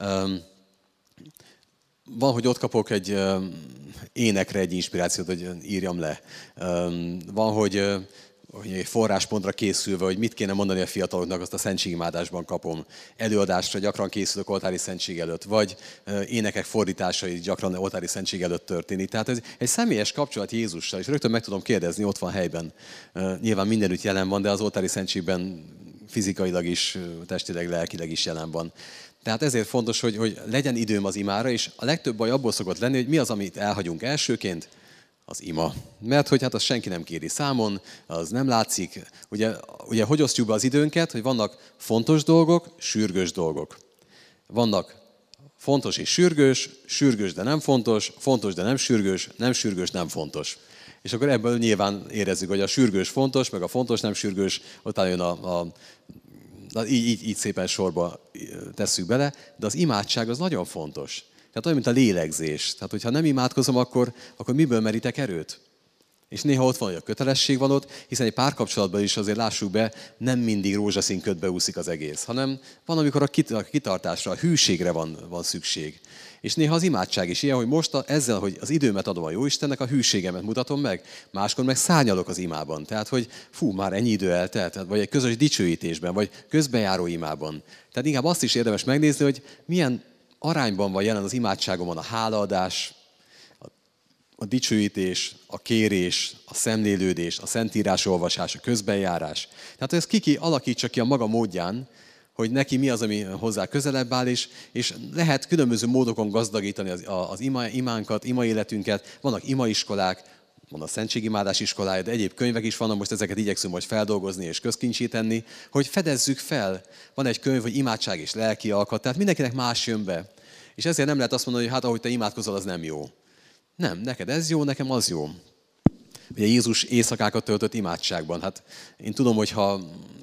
Van, hogy ott kapok egy énekre egy inspirációt, hogy írjam le. Van, hogy egy forráspontra készülve, hogy mit kéne mondani a fiataloknak, azt a szentségimádásban kapom. Előadásra gyakran készülök oltári szentség előtt, vagy énekek fordításai gyakran oltári szentség előtt történik. Tehát ez egy személyes kapcsolat Jézussal, és rögtön meg tudom kérdezni, ott van helyben. Nyilván mindenütt jelen van, de az oltári szentségben fizikailag is, testileg, lelkileg is jelen van. Tehát ezért fontos, hogy legyen időm az imára, és a legtöbb baj abból szokott lenni, hogy mi az, amit elhagyunk elsőként, az ima. Mert hogy hát azt senki nem kéri számon, az nem látszik. Ugye hogy osztjuk be az időnket, hogy vannak fontos dolgok, sürgős dolgok. Vannak fontos és sürgős, sürgős, de nem fontos, fontos, de nem sürgős, nem sürgős, nem fontos. És akkor ebből nyilván érezzük, hogy a sürgős fontos, meg a fontos nem sürgős, utána jön így szépen sorba tesszük bele, de az imádság az nagyon fontos. Tehát olyan, mint a lélegzés. Tehát, hogyha nem imádkozom, akkor miből merítek erőt? És néha ott van, hogy a kötelesség van ott, hiszen egy párkapcsolatban is azért lássuk be, nem mindig rózsaszín ködbe úszik az egész, hanem van, amikor a kitartásra, a hűségre van szükség. És néha az imádság is ilyen, hogy most ezzel, hogy az időmet adom a Jóistennek, a hűségemet mutatom meg, máskor meg szárnyalok az imában. Tehát, hogy már ennyi idő eltelt, vagy egy közös dicsőítésben, vagy közbejáró imában. Tehát inkább azt is érdemes megnézni, hogy milyen arányban van jelen az imádságomon a hálaadás, a dicsőítés, a kérés, a szemlélődés, a szentírás olvasás, a közbenjárás. Tehát ez ki alakítsa ki a maga módján, hogy neki mi az, ami hozzá közelebb áll, és lehet különböző módokon gazdagítani az imánkat, imaéletünket. Vannak imaiskolák, van a szentségimádás iskolája, de egyéb könyvek is vannak, most ezeket igyekszünk majd feldolgozni és közkincsé tenni, hogy fedezzük fel. Van egy könyv, hogy imádság és lelki alkat, tehát mindenkinek más jön be. És ezért nem lehet azt mondani, hogy hát ahogy te imádkozol, az nem jó. Nem, neked ez jó, nekem az jó. Ugye Jézus éjszakákat töltött imádságban. Hát én tudom, hogy ha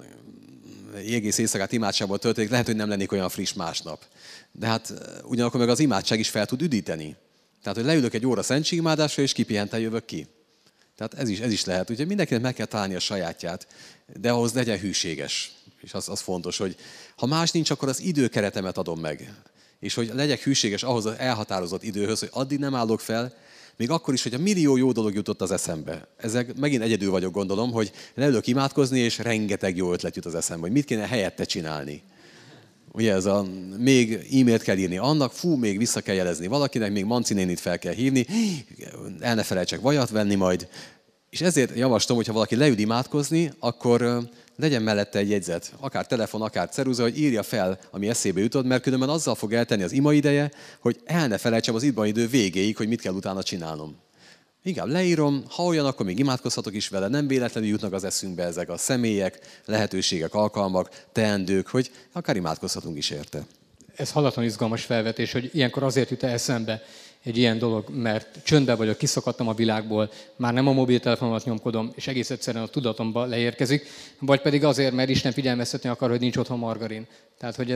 egész éjszakát imádságban töltödik, lehet, hogy nem lennék olyan friss másnap. De hát ugyanakkor meg az imádság is fel tud üdíteni. Tehát, hogy leülök egy óra szentségimádásra, és kipihenten jövök ki. Tehát ez is lehet. Úgyhogy mindenkinek meg kell találni a sajátját, de ahhoz legyen hűséges. És az fontos, hogy ha más nincs, akkor az időkeretemet adom meg. És hogy legyek hűséges ahhoz az elhatározott időhöz, hogy addig nem állok fel, még akkor is, hogy a millió jó dolog jutott az eszembe. Ezek megint egyedül vagyok, gondolom, hogy leülök imádkozni, és rengeteg jó ötlet jut az eszembe, hogy mit kéne helyette csinálni. Ugye ez még e-mailt kell írni annak, még vissza kell jelezni valakinek, még Manci nénit fel kell hívni, el ne felejtsek vajat venni majd. És ezért javaslom, hogyha valaki leül imádkozni, akkor legyen mellette egy jegyzet, akár telefon, akár ceruza, hogy írja fel, ami eszébe jutott, mert különben azzal fog eltenni az ima ideje, hogy el ne felejtsem az ima idő végéig, hogy mit kell utána csinálnom. Inkább leírom, ha olyan, akkor még imádkozhatok is vele, nem véletlenül jutnak az eszünkbe ezek a személyek, lehetőségek, alkalmak, teendők, hogy akár imádkozhatunk is érte. Ez halatlan izgalmas felvetés, hogy ilyenkor azért jut eszembe egy ilyen dolog, mert csöndben vagyok, kiszakadtam a világból, már nem a mobiltelefonomat nyomkodom, és egész egyszerűen a tudatomba leérkezik, vagy pedig azért, mert Isten figyelmeztetni akar, hogy nincs otthon margarin. Tehát, hogy ez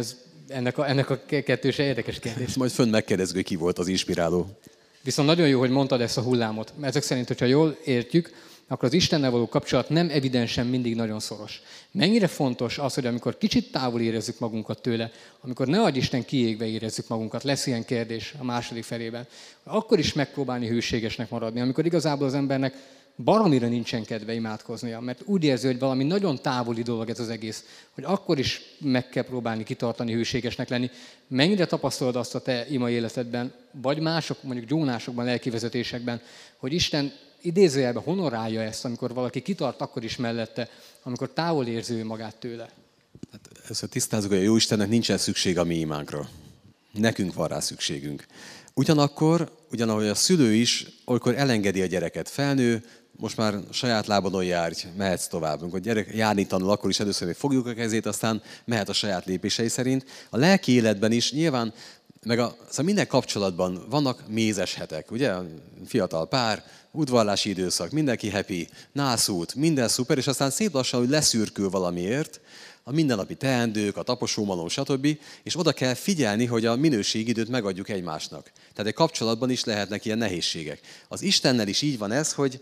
Ennek a kettőse érdekes kérdés. Majd fönn megkérdezzük, hogy ki volt az inspiráló. Viszont nagyon jó, hogy mondtad ezt a hullámot. Ezek szerint, hogyha jól értjük, akkor az Istennel való kapcsolat nem evidensen mindig nagyon szoros. Mennyire fontos az, hogy amikor kicsit távol érezzük magunkat tőle, amikor ne adj Isten kiégve érezzük magunkat, lesz ilyen kérdés a második felében, akkor is megpróbálni hűségesnek maradni, amikor igazából az embernek baromira nincsen kedve imádkoznia, mert úgy érzi, hogy valami nagyon távoli dolog ez az egész, hogy akkor is meg kell próbálni kitartani, hűségesnek lenni. Mennyire tapasztalod azt a te ima életedben, vagy mások, mondjuk gyónásokban, lelkivezetésekben, hogy Isten idézőjelben honorálja ezt, amikor valaki kitart akkor is mellette, amikor távol érzi ő magát tőle? Hát ezt tisztázzuk, hogy a Jóistennek nincsen szükség a mi imánkra. Nekünk van rá szükségünk. Ugyanakkor, ugyanahogy a szülő is, olykor elengedi a gyereket, felnő, most már saját lábadon járj, mehetsz tovább. Amikor a gyerek járni tanul, akkor is először még fogjuk a kezét, aztán mehet a saját lépései szerint. A lelki életben is nyilván, szóval minden kapcsolatban vannak mézes hetek, ugye? Fiatal pár, udvarlási időszak, mindenki happy, nászút, minden szuper, és aztán szép lassan, hogy leszürkül valamiért, a mindennapi teendők, a taposómalom, stb. És oda kell figyelni, hogy a minőségidőt megadjuk egymásnak. Tehát egy kapcsolatban is lehetnek ilyen nehézségek. Az Istennel is így van ez, hogy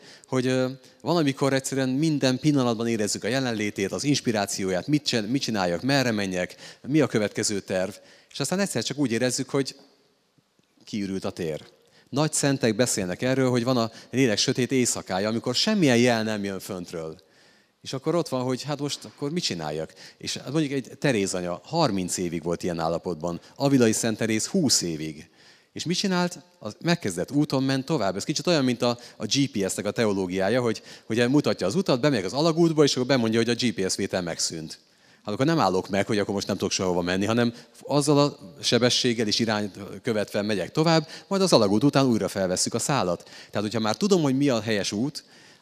van, amikor egyszerűen minden pillanatban érezzük a jelenlétét, az inspirációját, mit csináljak, merre menjek, mi a következő terv. És aztán egyszer csak úgy érezzük, hogy kiürült a tér. Nagy szentek beszélnek erről, hogy van a lélek sötét éjszakája, amikor semmilyen jel nem jön föntről. És akkor ott van, hogy hát most akkor mit csináljak? És mondjuk egy Teréz anya 30 évig volt ilyen állapotban, Avilai Szent Teréz 20 évig. És mit csinált? Megkezdett úton, ment tovább. Ez kicsit olyan, mint a GPS-nek a teológiája, hogy mutatja az utat, bemegy az alagútba, és akkor bemondja, hogy a GPS vétel megszűnt. Hát akkor nem állok meg, hogy akkor most nem tudok sehova menni, hanem azzal a sebességgel és irányt követve megyek tovább, majd az alagút után újra felvesszük a szálat. Tehát, hogyha már tudom, hogy mi a helyes út,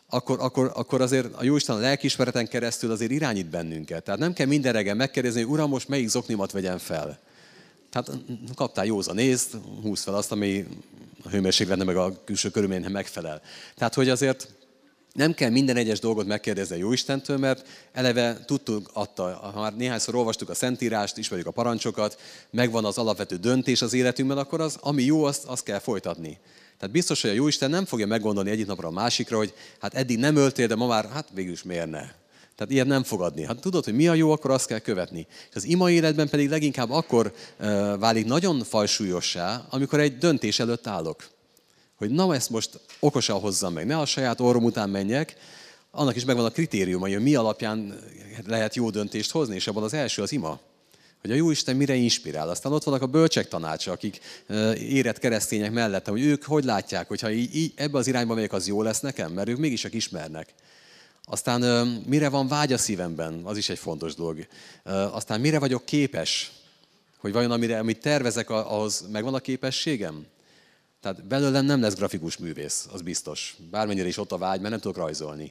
akkor azért a Jóisten a lelkiismereten keresztül azért irányít bennünket. Tehát nem kell minden reggel megkérdezni, hogy Uram, most melyik zoknimat vegyem fel. Tehát kaptál józan észt, húzd fel azt, ami a hőmérsékletnek meg a külső körülménynek megfelel. Tehát, hogy azért nem kell minden egyes dolgot megkérdezni a Jóistentől, mert eleve tudtuk, adta, ha már néhányszor olvastuk a Szentírást, ismerjük a parancsokat, megvan az alapvető döntés az életünkben, akkor az, ami jó, azt kell folytatni. Tehát biztos, hogy a Jóisten nem fogja meggondolni egyik napra a másikra, hogy hát eddig nem öltél, de ma már, hát végül is miért ne? Tehát ilyet nem fogadni. Hát tudod, hogy mi a jó, akkor azt kell követni. És az ima életben pedig leginkább akkor válik nagyon fajsúlyossá, amikor egy döntés előtt állok. Hogy na, ezt most okosan hozzam meg, ne a saját orrom után menjek, annak is megvan a kritériuma, hogy mi alapján lehet jó döntést hozni, és abban az első az ima. Hogy a Jóisten mire inspirál. Aztán ott vannak a bölcsek tanácsa, akik érett keresztények mellette, hogy ők hogy látják, hogyha így ebbe az irányba megyek, az jó lesz nekem, mert ők mégis csak ismernek. Aztán mire van vágy a szívemben, az is egy fontos dolog. Aztán mire vagyok képes, hogy vajon amit tervezek, ahhoz megvan a képességem? Tehát belőlem nem lesz grafikus művész, az biztos. Bármennyire is ott a vágy, mert nem tudok rajzolni.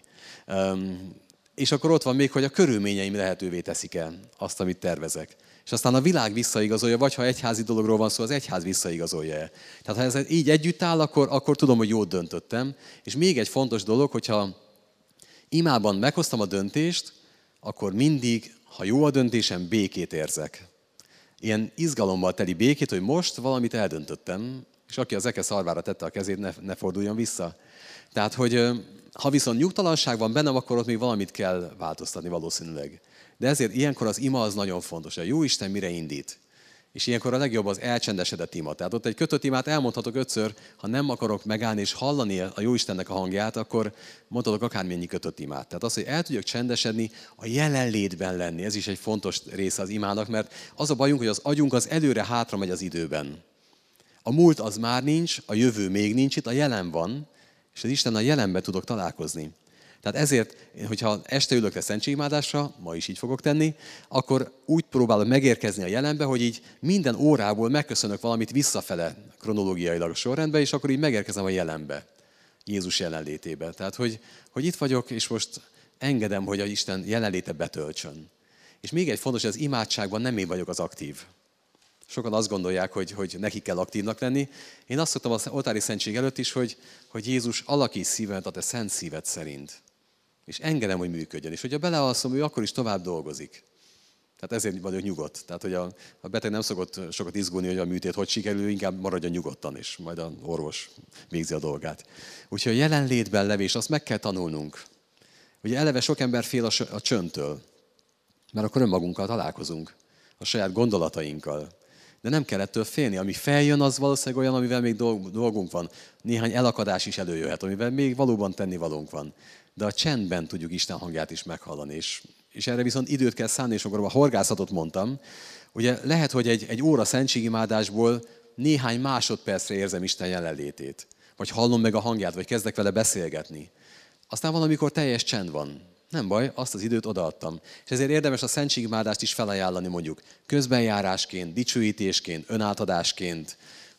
És akkor ott van még, hogy a körülményeim lehetővé teszik el azt, amit tervezek. És aztán a világ visszaigazolja, vagy ha egyházi dologról van szó, az egyház visszaigazolja. Tehát ha ez így együtt áll, akkor tudom, hogy jót döntöttem. És még egy fontos dolog, hogyha imában meghoztam a döntést, akkor mindig, ha jó a döntésem, békét érzek. Ilyen izgalommal teli békét, hogy most valamit eldöntöttem, és aki az eke szarvára tette a kezét, ne forduljon vissza. Tehát, hogy ha viszont nyugtalanság van bennem, akkor ott még valamit kell változtatni valószínűleg. De ezért ilyenkor az ima az nagyon fontos. A Jóisten mire indít? És ilyenkor a legjobb az elcsendesedett ima. Tehát ott egy kötött imát elmondhatok 5-ször, ha nem akarok megállni és hallani a Jóistennek a hangját, akkor mondhatok akármennyi kötött imát. Tehát az, hogy el tudjak csendesedni, a jelenlétben lenni, ez is egy fontos része az imának, mert az a bajunk, hogy az agyunk az előre-hátra megy az időben. A múlt az már nincs, a jövő még nincs, itt a jelen van, és az Isten a jelenben tudok találkozni. Tehát ezért, hogyha este ülök le szentségimádásra, ma is így fogok tenni, akkor úgy próbálok megérkezni a jelenbe, hogy így minden órából megköszönök valamit visszafele kronológiailag a sorrendbe, és akkor így megérkezem a jelenbe, Jézus jelenlétébe. Tehát, hogy itt vagyok, és most engedem, hogy a Isten jelenléte betöltsön. És még egy fontos, hogy az imádságban nem én vagyok az aktív. Sokan azt gondolják, hogy neki kell aktívnak lenni. Én azt szoktam az oltári szentség előtt is, hogy Jézus alakíts szívemet a te szent szíved szerint. És engedem, hogy működjön. És hogyha belealszom, ő akkor is tovább dolgozik. Tehát ezért vagyok nyugodt. Tehát, hogy a beteg nem szokott sokat izgulni, hogy a műtét hogy sikerül, inkább maradjon nyugodtan, és majd az orvos végzi a dolgát. Úgyhogy a jelenlétben levés, azt meg kell tanulnunk. Ugye eleve sok ember fél a csöndtől, mert akkor önmagunkkal találkozunk, a saját gondolatainkkal. De nem kell ettől félni. Ami feljön, az valószínűleg olyan, amivel még dolgunk van. Néhány elakadás is előjöhet, amivel még valóban tennivalónk van. De a csendben tudjuk Isten hangját is meghallani. És erre viszont időt kell szánni, és akkor a horgászatot mondtam. Ugye lehet, hogy egy óra szentségimádásból néhány másodpercre érzem Isten jelenlétét. Vagy hallom meg a hangját, vagy kezdek vele beszélgetni. Aztán valamikor teljes csend van. Nem baj, azt az időt odaadtam. És ezért érdemes a szentségimádást is felajánlani mondjuk közbenjárásként, dicsőítésként, önátadásként,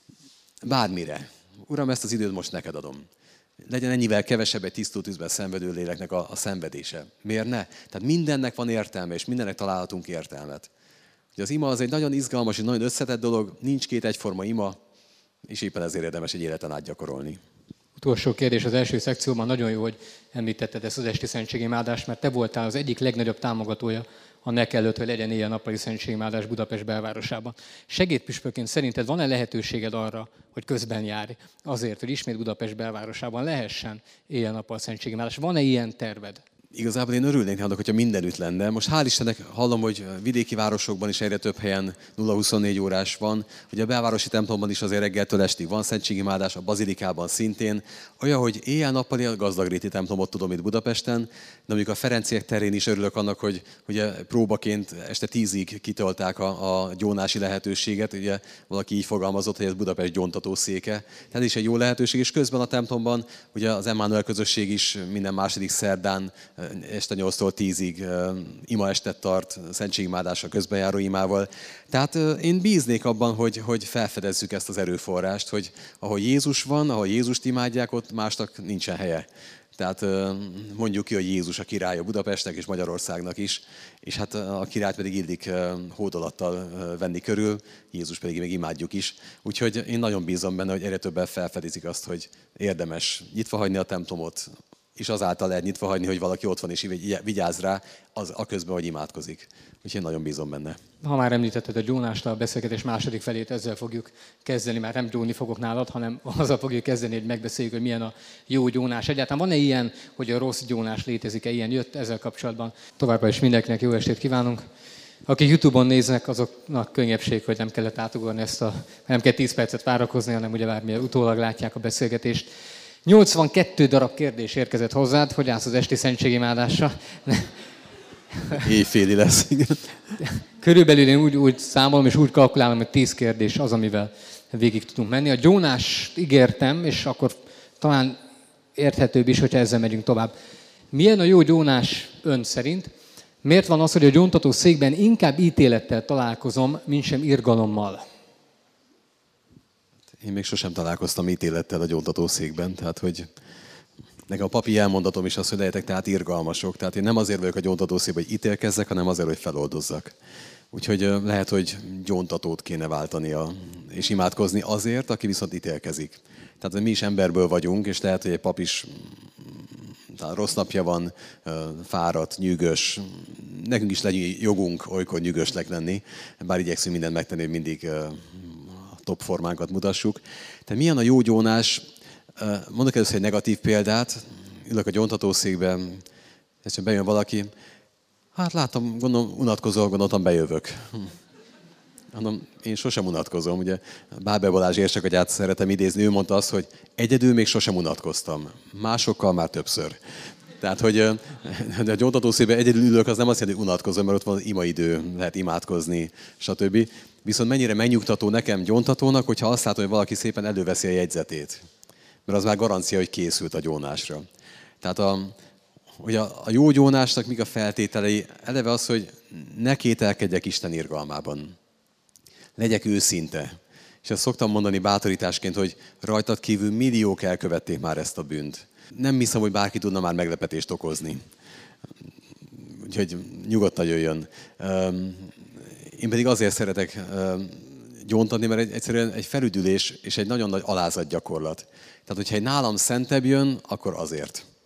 bármire. Uram, ezt az időt most neked adom. Legyen ennyivel kevesebb egy tisztult tűzben szenvedő léleknek a szenvedése. Miért ne? Tehát mindennek van értelme, és mindennek találhatunk értelmet. Ugye az ima az egy nagyon izgalmas és nagyon összetett dolog, nincs két egyforma ima, és éppen ezért érdemes egy életen át gyakorolni. Utolsó kérdés az első szekcióban. Nagyon jó, hogy említetted ezt az esti szentségimádást, mert te voltál az egyik legnagyobb támogatója annak előtt, hogy legyen éjjel-nappali szentségimádás Budapest belvárosában. Segédpüspökként szerinted van-e lehetőséged arra, hogy közben járj azért, hogy ismét Budapest belvárosában lehessen éjjel-nappal szentségimádás? Van-e ilyen terved? Igazából én örülnék annak, hogyha mindenütt lenne. Most hál' Istennek hallom, hogy vidéki városokban is egyre több helyen 0-24 órás van. Ugye a belvárosi templomban is azért reggeltől estig van szentségimádás, a bazilikában szintén. Olyan, hogy éjjel-nappali a Gazdagréti templomot tudom itt Budapesten, de mondjuk a Ferenciek terén is örülök annak, hogy ugye próbaként este 10-ig kitolták a gyónási lehetőséget. Ugye valaki így fogalmazott, hogy ez Budapest gyóntató széke. Tehát is egy jó lehetőség, és közben a templomban ugye az Emmanuel közösség is minden második szerdán este 8-tól 10-ig imaestet tart, szentségimádásra közbenjáró imával. Tehát én bíznék abban, hogy felfedezzük ezt az erőforrást, hogy ahol Jézus van, ahol Jézust imádják, ott másnak nincsen helye. Tehát mondjuk ki, hogy Jézus a királya Budapestnek és Magyarországnak is, és hát a királyt pedig illik hódolattal venni körül, Jézus pedig még imádjuk is. Úgyhogy én nagyon bízom benne, hogy egyre többen felfedezik azt, hogy érdemes nyitva hagyni a templomot, és azáltal lehet nyitva hagyni, hogy valaki ott van és vigyáz rá, az a közben, hogy imádkozik. Úgyhogy én nagyon bízom benne. Ha már említetted a gyónást, a beszélgetés második felét ezzel fogjuk kezdeni, már nem gyónni fogok nálad, hanem azzal fogjuk kezdeni, hogy megbeszéljük, hogy milyen a jó gyónás. Egyáltalán van-e ilyen, hogy a rossz gyónás létezik-e? Ilyen jött ezzel kapcsolatban? Továbbá is mindenkinek jó estét kívánunk. Akik YouTube-on néznek, azoknak könnyebbség, hogy nem kellett átugorni nem kell 10 percet várakozni, hanem ugye bármilyen utólag látják a beszélgetést. 82 darab kérdés érkezett hozzád, hogy állsz az esti szentségimádásra? Éjféli lesz. Körülbelül én úgy számolom és úgy kalkulálom, hogy 10 kérdés az, amivel végig tudunk menni. A gyónást ígértem, és akkor talán érthetőbb is, hogyha ezzel megyünk tovább. Milyen a jó gyónás ön szerint? Miért van az, hogy a gyóntató székben inkább ítélettel találkozom, mint sem irgalommal? Én még sosem találkoztam ítélettel a gyóntatószékben, tehát hogy nekem a papi elmondatom is az, hogy lehetek tehát irgalmasok. Tehát én nem azért vagyok a gyóntatószékben, hogy ítélkezzek, hanem azért, hogy feloldozzak. Úgyhogy lehet, hogy gyóntatót kéne váltania és imádkozni azért, aki viszont ítélkezik. Tehát mi is emberből vagyunk, és lehet, hogy egy pap is rossz napja van, fáradt, nyűgös. Nekünk is legyen jogunk olykor nyűgösnek lenni, bár igyekszünk mindent megtenni, hogy mindig top formánkat mutassuk. Tehát milyen a jó gyónás? Mondok először egy negatív példát. Ülök a gyóntatószékben, és bejön valaki, hát látom, gondolom, unatkozol, gondoltam, bejövök. Mondom, én sosem unatkozom. Ugye Bábel Balázs érsekatyát szeretem idézni, ő mondta azt, hogy egyedül még sosem unatkoztam. Másokkal már többször. Tehát, hogy a gyóntatószékben egyedül ülök, az nem azt jelenti, hogy unatkozom, mert ott van az imaidő, lehet imádkozni, stb. Viszont mennyire megnyugtató nekem gyóntatónak, hogyha azt látom, hogy valaki szépen előveszi a jegyzetét. Mert az már garancia, hogy készült a gyónásra. Tehát a jó gyónásnak mik a feltételei? Eleve az, hogy ne kételkedjek Isten irgalmában. Legyek őszinte. És ezt szoktam mondani bátorításként, hogy rajtad kívül milliók elkövették már ezt a bűnt. Nem hiszem, hogy bárki tudna már meglepetést okozni. Úgyhogy nyugodtan jöjjön. Én pedig azért szeretek gyóntatni, mert egyszerűen egy felüdülés és egy nagyon nagy alázatgyakorlat. Tehát, hogyha egy nálam szentebb jön, akkor azért.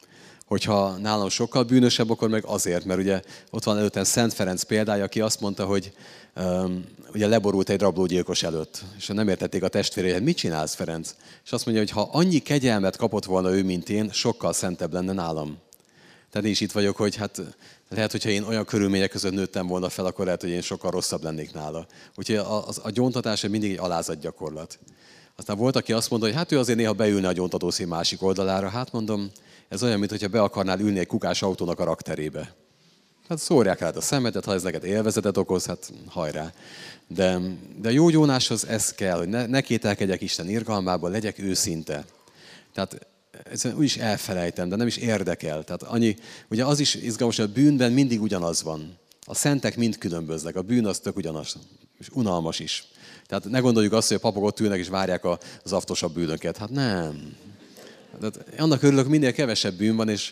Hogyha nálam sokkal bűnösebb, akkor meg azért, mert ugye ott van előttem Szent Ferenc példája, aki azt mondta, hogy ugye leborult egy rablógyilkos előtt, és nem értették a testvérei, hogy mit csinálsz, Ferenc? És azt mondja, hogy ha annyi kegyelmet kapott volna ő, mint én, sokkal szentebb lenne nálam. Tehát én is itt vagyok, hogy hát lehet, hogyha én olyan körülmények között nőttem volna fel, akkor lehet, hogy én sokkal rosszabb lennék nála. Úgyhogy a gyóntatás mindig egy alázatgyakorlat. Aztán volt, aki azt mondta, hogy hát ő azért néha beülne a gyóntatószín másik oldalára. Hát mondom, ez olyan, mintha be akarnál ülni egy kukás autónak a rakterébe. Hát szórják át a szemetet, ha ez neked élvezetet okoz, hát hajrá. De a jó gyónáshoz ez kell, hogy ne kételkedjek Isten irgalmából, legyek őszinte. Tehát egyszerűen úgy is elfelejtem, de nem is érdekel. Tehát ugye az is izgalmas, hogy a bűnben mindig ugyanaz van. A szentek mind különböznek, a bűn az tök ugyanaz, és unalmas is. Tehát ne gondoljuk azt, hogy a papok ott ülnek és várják az aftosabb bűnöket. Hát nem. Tehát annak örülök, minél kevesebb bűn van, és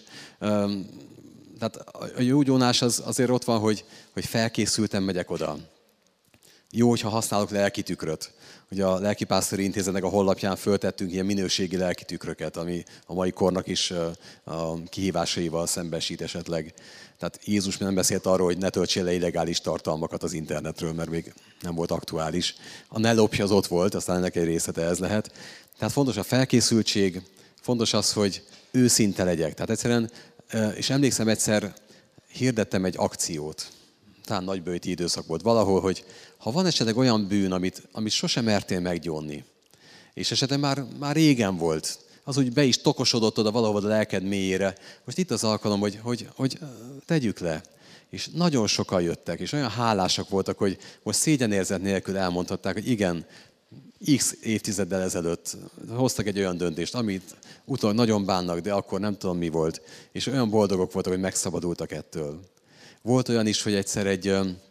tehát a jó gyónás azért ott van, hogy felkészültem, megyek oda. Jó, hogyha használok lelki tükröt. Ugye a Lelkipásztori Intézetnek a honlapján föltettünk ilyen minőségi lelki tükröket, ami a mai kornak is a kihívásaival szembesít esetleg. Tehát Jézus nem beszélt arról, hogy ne töltsél le illegális tartalmakat az internetről, mert még nem volt aktuális. A ne lopj az ott volt, aztán ennek egy részlete ez lehet. Tehát fontos a felkészültség, fontos az, hogy őszinte legyek. Tehát egyszerűen, és emlékszem egyszer, hirdettem egy akciót. Talán nagybőjti időszak volt valahol, hogy ha van esetleg olyan bűn, amit sosem mertél meggyónni, és esetleg már régen volt, az úgy be is tokosodott oda valahol a lelked mélyére, most itt az alkalom, hogy tegyük le. És nagyon sokan jöttek, és olyan hálásak voltak, hogy most szégyenérzet nélkül elmondhatták, hogy igen, X évtizeddel ezelőtt hoztak egy olyan döntést, amit utólag nagyon bánnak, de akkor nem tudom mi volt. És olyan boldogok voltak, hogy megszabadultak ettől. Volt olyan is, hogy egyszer egy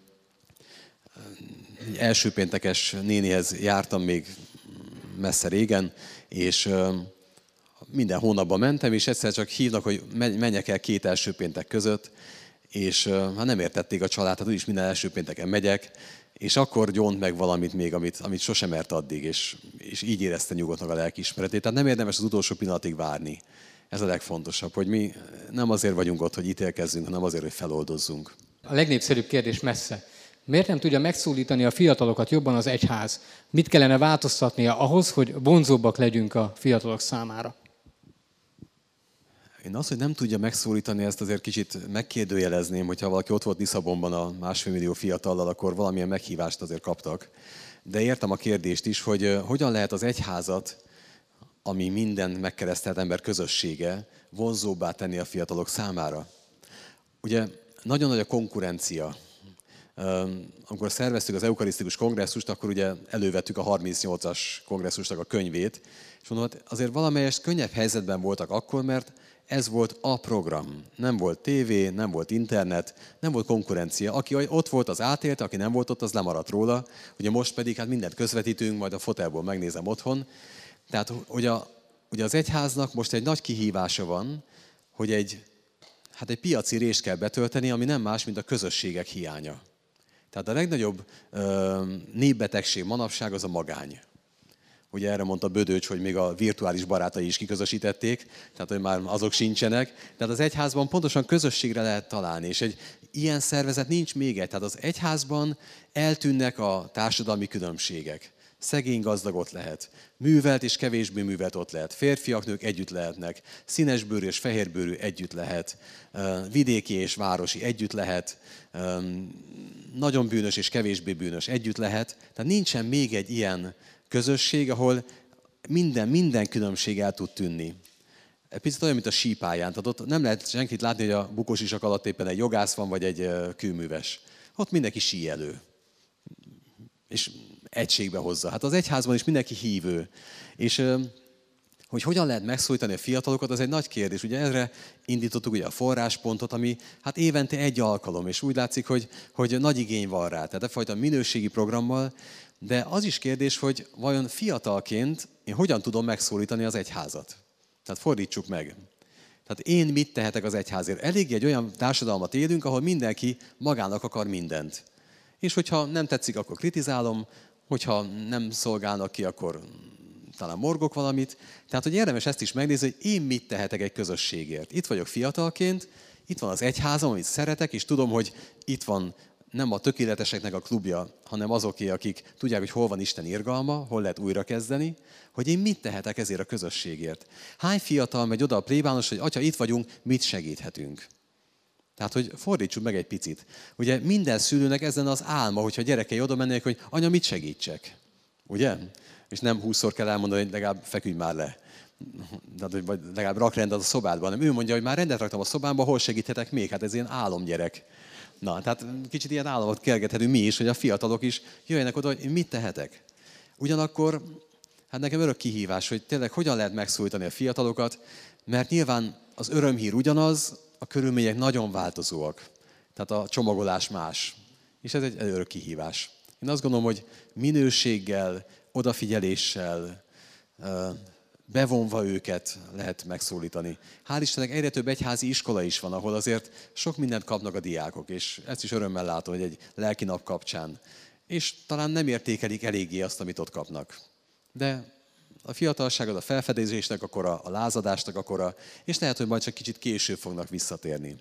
első péntekes nénihez jártam még messze régen, és minden hónapban mentem, és egyszer csak hívnak, hogy menjek el 2 első péntek között, és hát nem értették a család, hát úgyis minden első pénteken megyek, és akkor gyónt meg valamit még, amit sosem mert addig, és így érezte nyugodtnak a lelkiismeretét. Tehát nem érdemes az utolsó pillanatig várni. Ez a legfontosabb, hogy mi nem azért vagyunk ott, hogy ítélkezzünk, hanem azért, hogy feloldozzunk. A legnépszerűbb kérdés messze. Miért nem tudja megszólítani a fiatalokat jobban az egyház? Mit kellene változtatnia ahhoz, hogy vonzóbbak legyünk a fiatalok számára? Én azt, hogy nem tudja megszólítani, ezt azért kicsit megkérdőjelezném, hogyha valaki ott volt Lisszabonban a 1,5 millió fiatallal, akkor valamilyen meghívást azért kaptak. De értem a kérdést is, hogy hogyan lehet az egyházat, ami minden megkeresztelt ember közössége, vonzóbbá tenni a fiatalok számára. Ugye nagyon nagy a konkurencia. Amikor szerveztük az eukarisztikus kongresszust, akkor ugye elővettük a 38-as kongresszusnak a könyvét, és mondom, hát azért valamelyest könnyebb helyzetben voltak akkor, mert ez volt a program. Nem volt tévé, nem volt internet, nem volt konkurencia. Aki ott volt, az átélte, aki nem volt ott, az lemaradt róla. Ugye most pedig hát mindent közvetítünk, majd a fotelból megnézem otthon. Tehát ugye az egyháznak most egy nagy kihívása van, hogy egy piaci rést kell betölteni, ami nem más, mint a közösségek hiánya. Tehát a legnagyobb népbetegség manapság az a magány. Ugye erre mondta Bödöcs, hogy még a virtuális barátai is kiközösítették, tehát hogy már azok sincsenek. Tehát az egyházban pontosan közösségre lehet találni, és egy ilyen szervezet nincs még egy. Tehát az egyházban eltűnnek a társadalmi különbségek. Szegény, gazdag ott lehet. Művelt és kevésbé művelt ott lehet. Férfiak, nők együtt lehetnek. Színesbőrű és fehérbőrű együtt lehet. Vidéki és városi együtt lehet. Nagyon bűnös és kevésbé bűnös együtt lehet. Tehát nincsen még egy ilyen közösség, ahol minden különbség el tud tűnni. Egy picit olyan, mint a sípályán. Tehát ott nem lehet senkit látni, hogy a bukósisak alatt éppen egy jogász van, vagy egy kőműves. Ott mindenki síelő. És egységbe hozza. Hát az egyházban is mindenki hívő. És hogy hogyan lehet megszólítani a fiatalokat, az egy nagy kérdés. Ugye erre indítottuk ugye a forráspontot, ami hát évente 1 alkalom, és úgy látszik, hogy nagy igény van rá. Tehát egyfajta minőségi programmal, de az is kérdés, hogy vajon fiatalként én hogyan tudom megszólítani az egyházat. Tehát fordítsuk meg. Tehát én mit tehetek az egyházért? Elég egy olyan társadalmat élünk, ahol mindenki magának akar mindent. És hogyha nem tetszik, akkor kritizálom, hogyha nem szolgálnak ki, akkor talán morgok valamit. Tehát, hogy érdemes ezt is megnézni, hogy én mit tehetek egy közösségért. Itt vagyok fiatalként, itt van az egyházam, amit szeretek, és tudom, hogy itt van nem a tökéleteseknek a klubja, hanem azoké, akik tudják, hogy hol van Isten irgalma, hol lehet újrakezdeni, hogy én mit tehetek ezért a közösségért. Hány fiatal megy oda a plébános, hogy atya, itt vagyunk, mit segíthetünk? Tehát, hogy fordítsuk meg egy picit. Ugye minden szülőnek ezen az álma, hogyha gyerekei oda mennék, hogy anya, mit segítsek? Ugye? És nem 20-szor kell elmondani, hogy legalább feküdj már le. Tehát, vagy legalább rak rendet a szobádban. Nem ő mondja, hogy már rendet raktam a szobámba, hol segíthetek még? Hát ez ilyen álomgyerek. Na, tehát kicsit ilyen államot kergethetünk mi is, hogy a fiatalok is jöjjenek oda, hogy mit tehetek. Ugyanakkor, hát nekem örök kihívás, hogy tényleg hogyan lehet megszólítani a fiatalokat, mert nyilván az örömhír ugyanaz, a körülmények nagyon változóak. Tehát a csomagolás más. És ez egy örök kihívás. Én azt gondolom, hogy minőséggel, odafigyeléssel, bevonva őket lehet megszólítani. Hál' Istennek egyre több egyházi iskola is van, ahol azért sok mindent kapnak a diákok, és ezt is örömmel látom, hogy egy lelki nap kapcsán. És talán nem értékelik eléggé azt, amit ott kapnak. De a fiatalságod, a felfedezésnek akkora, a lázadásnak akkora, és lehet, hogy majd csak kicsit később fognak visszatérni.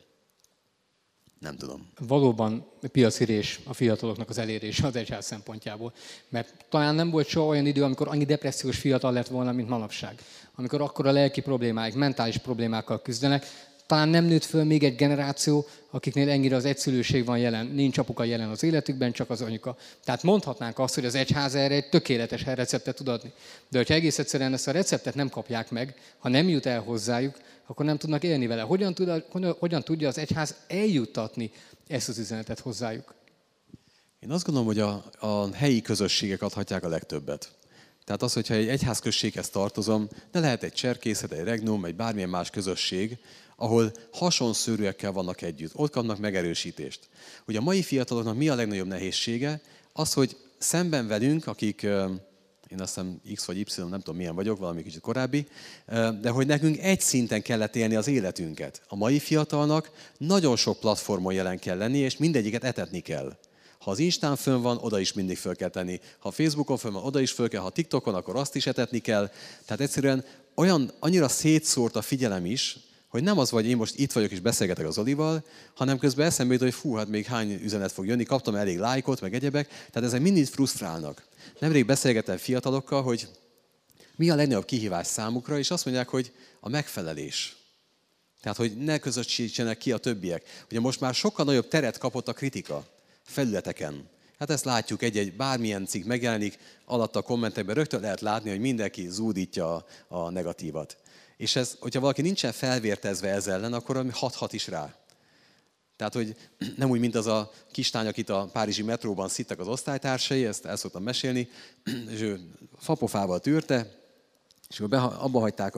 Nem tudom. Valóban piacirés a fiataloknak az elérése az egyház szempontjából. Mert talán nem volt soha olyan idő, amikor annyi depressziós fiatal lett volna, mint manapság. Amikor akkora lelki problémáik, mentális problémákkal küzdenek, talán nem nőtt föl még egy generáció, akiknél ennyire az egyszülőség van jelen, nincs apuka jelen az életükben, csak az anyuka. Tehát mondhatnánk azt, hogy az egyház erre egy tökéletes receptet tud adni. De hogyha egész egyszerűen ezt a receptet nem kapják meg, ha nem jut el hozzájuk, akkor nem tudnak élni vele. Hogyan tudja az egyház eljuttatni ezt az üzenetet hozzájuk? Én azt gondolom, hogy a helyi közösségek adhatják a legtöbbet. Tehát az, hogyha egy egyházközséghez tartozom, de lehet egy cserkészet, egy regnum, egy bármilyen más közösség, ahol hasonszörűekkel vannak együtt. Ott kapnak megerősítést. Ugye a mai fiataloknak mi a legnagyobb nehézsége? Az, hogy szemben velünk, akik, én azt hiszem X vagy Y, nem tudom milyen vagyok, valami kicsit korábbi, de hogy nekünk egy szinten kellett élni az életünket. A mai fiatalnak nagyon sok platformon jelen kell lenni, és mindegyiket etetni kell. Ha az Instán fönn van, oda is mindig föl kell tenni. Ha a Facebookon fönn van, oda is föl kell. Ha a TikTokon, akkor azt is etetni kell. Tehát egyszerűen annyira szétszórt a figyelem is, hogy nem az, hogy én most itt vagyok és beszélgetek az Olival, hanem közben eszembe jut, hogy fú, hát még hány üzenet fog jönni, kaptam elég lájkot, meg egyebek. Tehát ezek mindig frusztrálnak. Nemrég beszélgettem fiatalokkal, hogy mi a legnagyobb kihívás számukra, és azt mondják, hogy a megfelelés. Tehát, hogy ne közösítsenek ki a többiek. Ugye most már sokkal nagyobb teret kapott a kritika felületeken. Hát ezt látjuk, egy bármilyen cikk megjelenik, alatt a kommentekben rögtön lehet látni, hogy mindenki zúdítja a negatívat. És ez, hogyha valaki nincsen felvértezve ez ellen, akkor hathat is rá. Tehát, hogy nem úgy, mint az a kislány, akit a párizsi metróban szittek az osztálytársai, ezt el szoktam mesélni, és ő fapofával tűrte, és akkor abba hagyták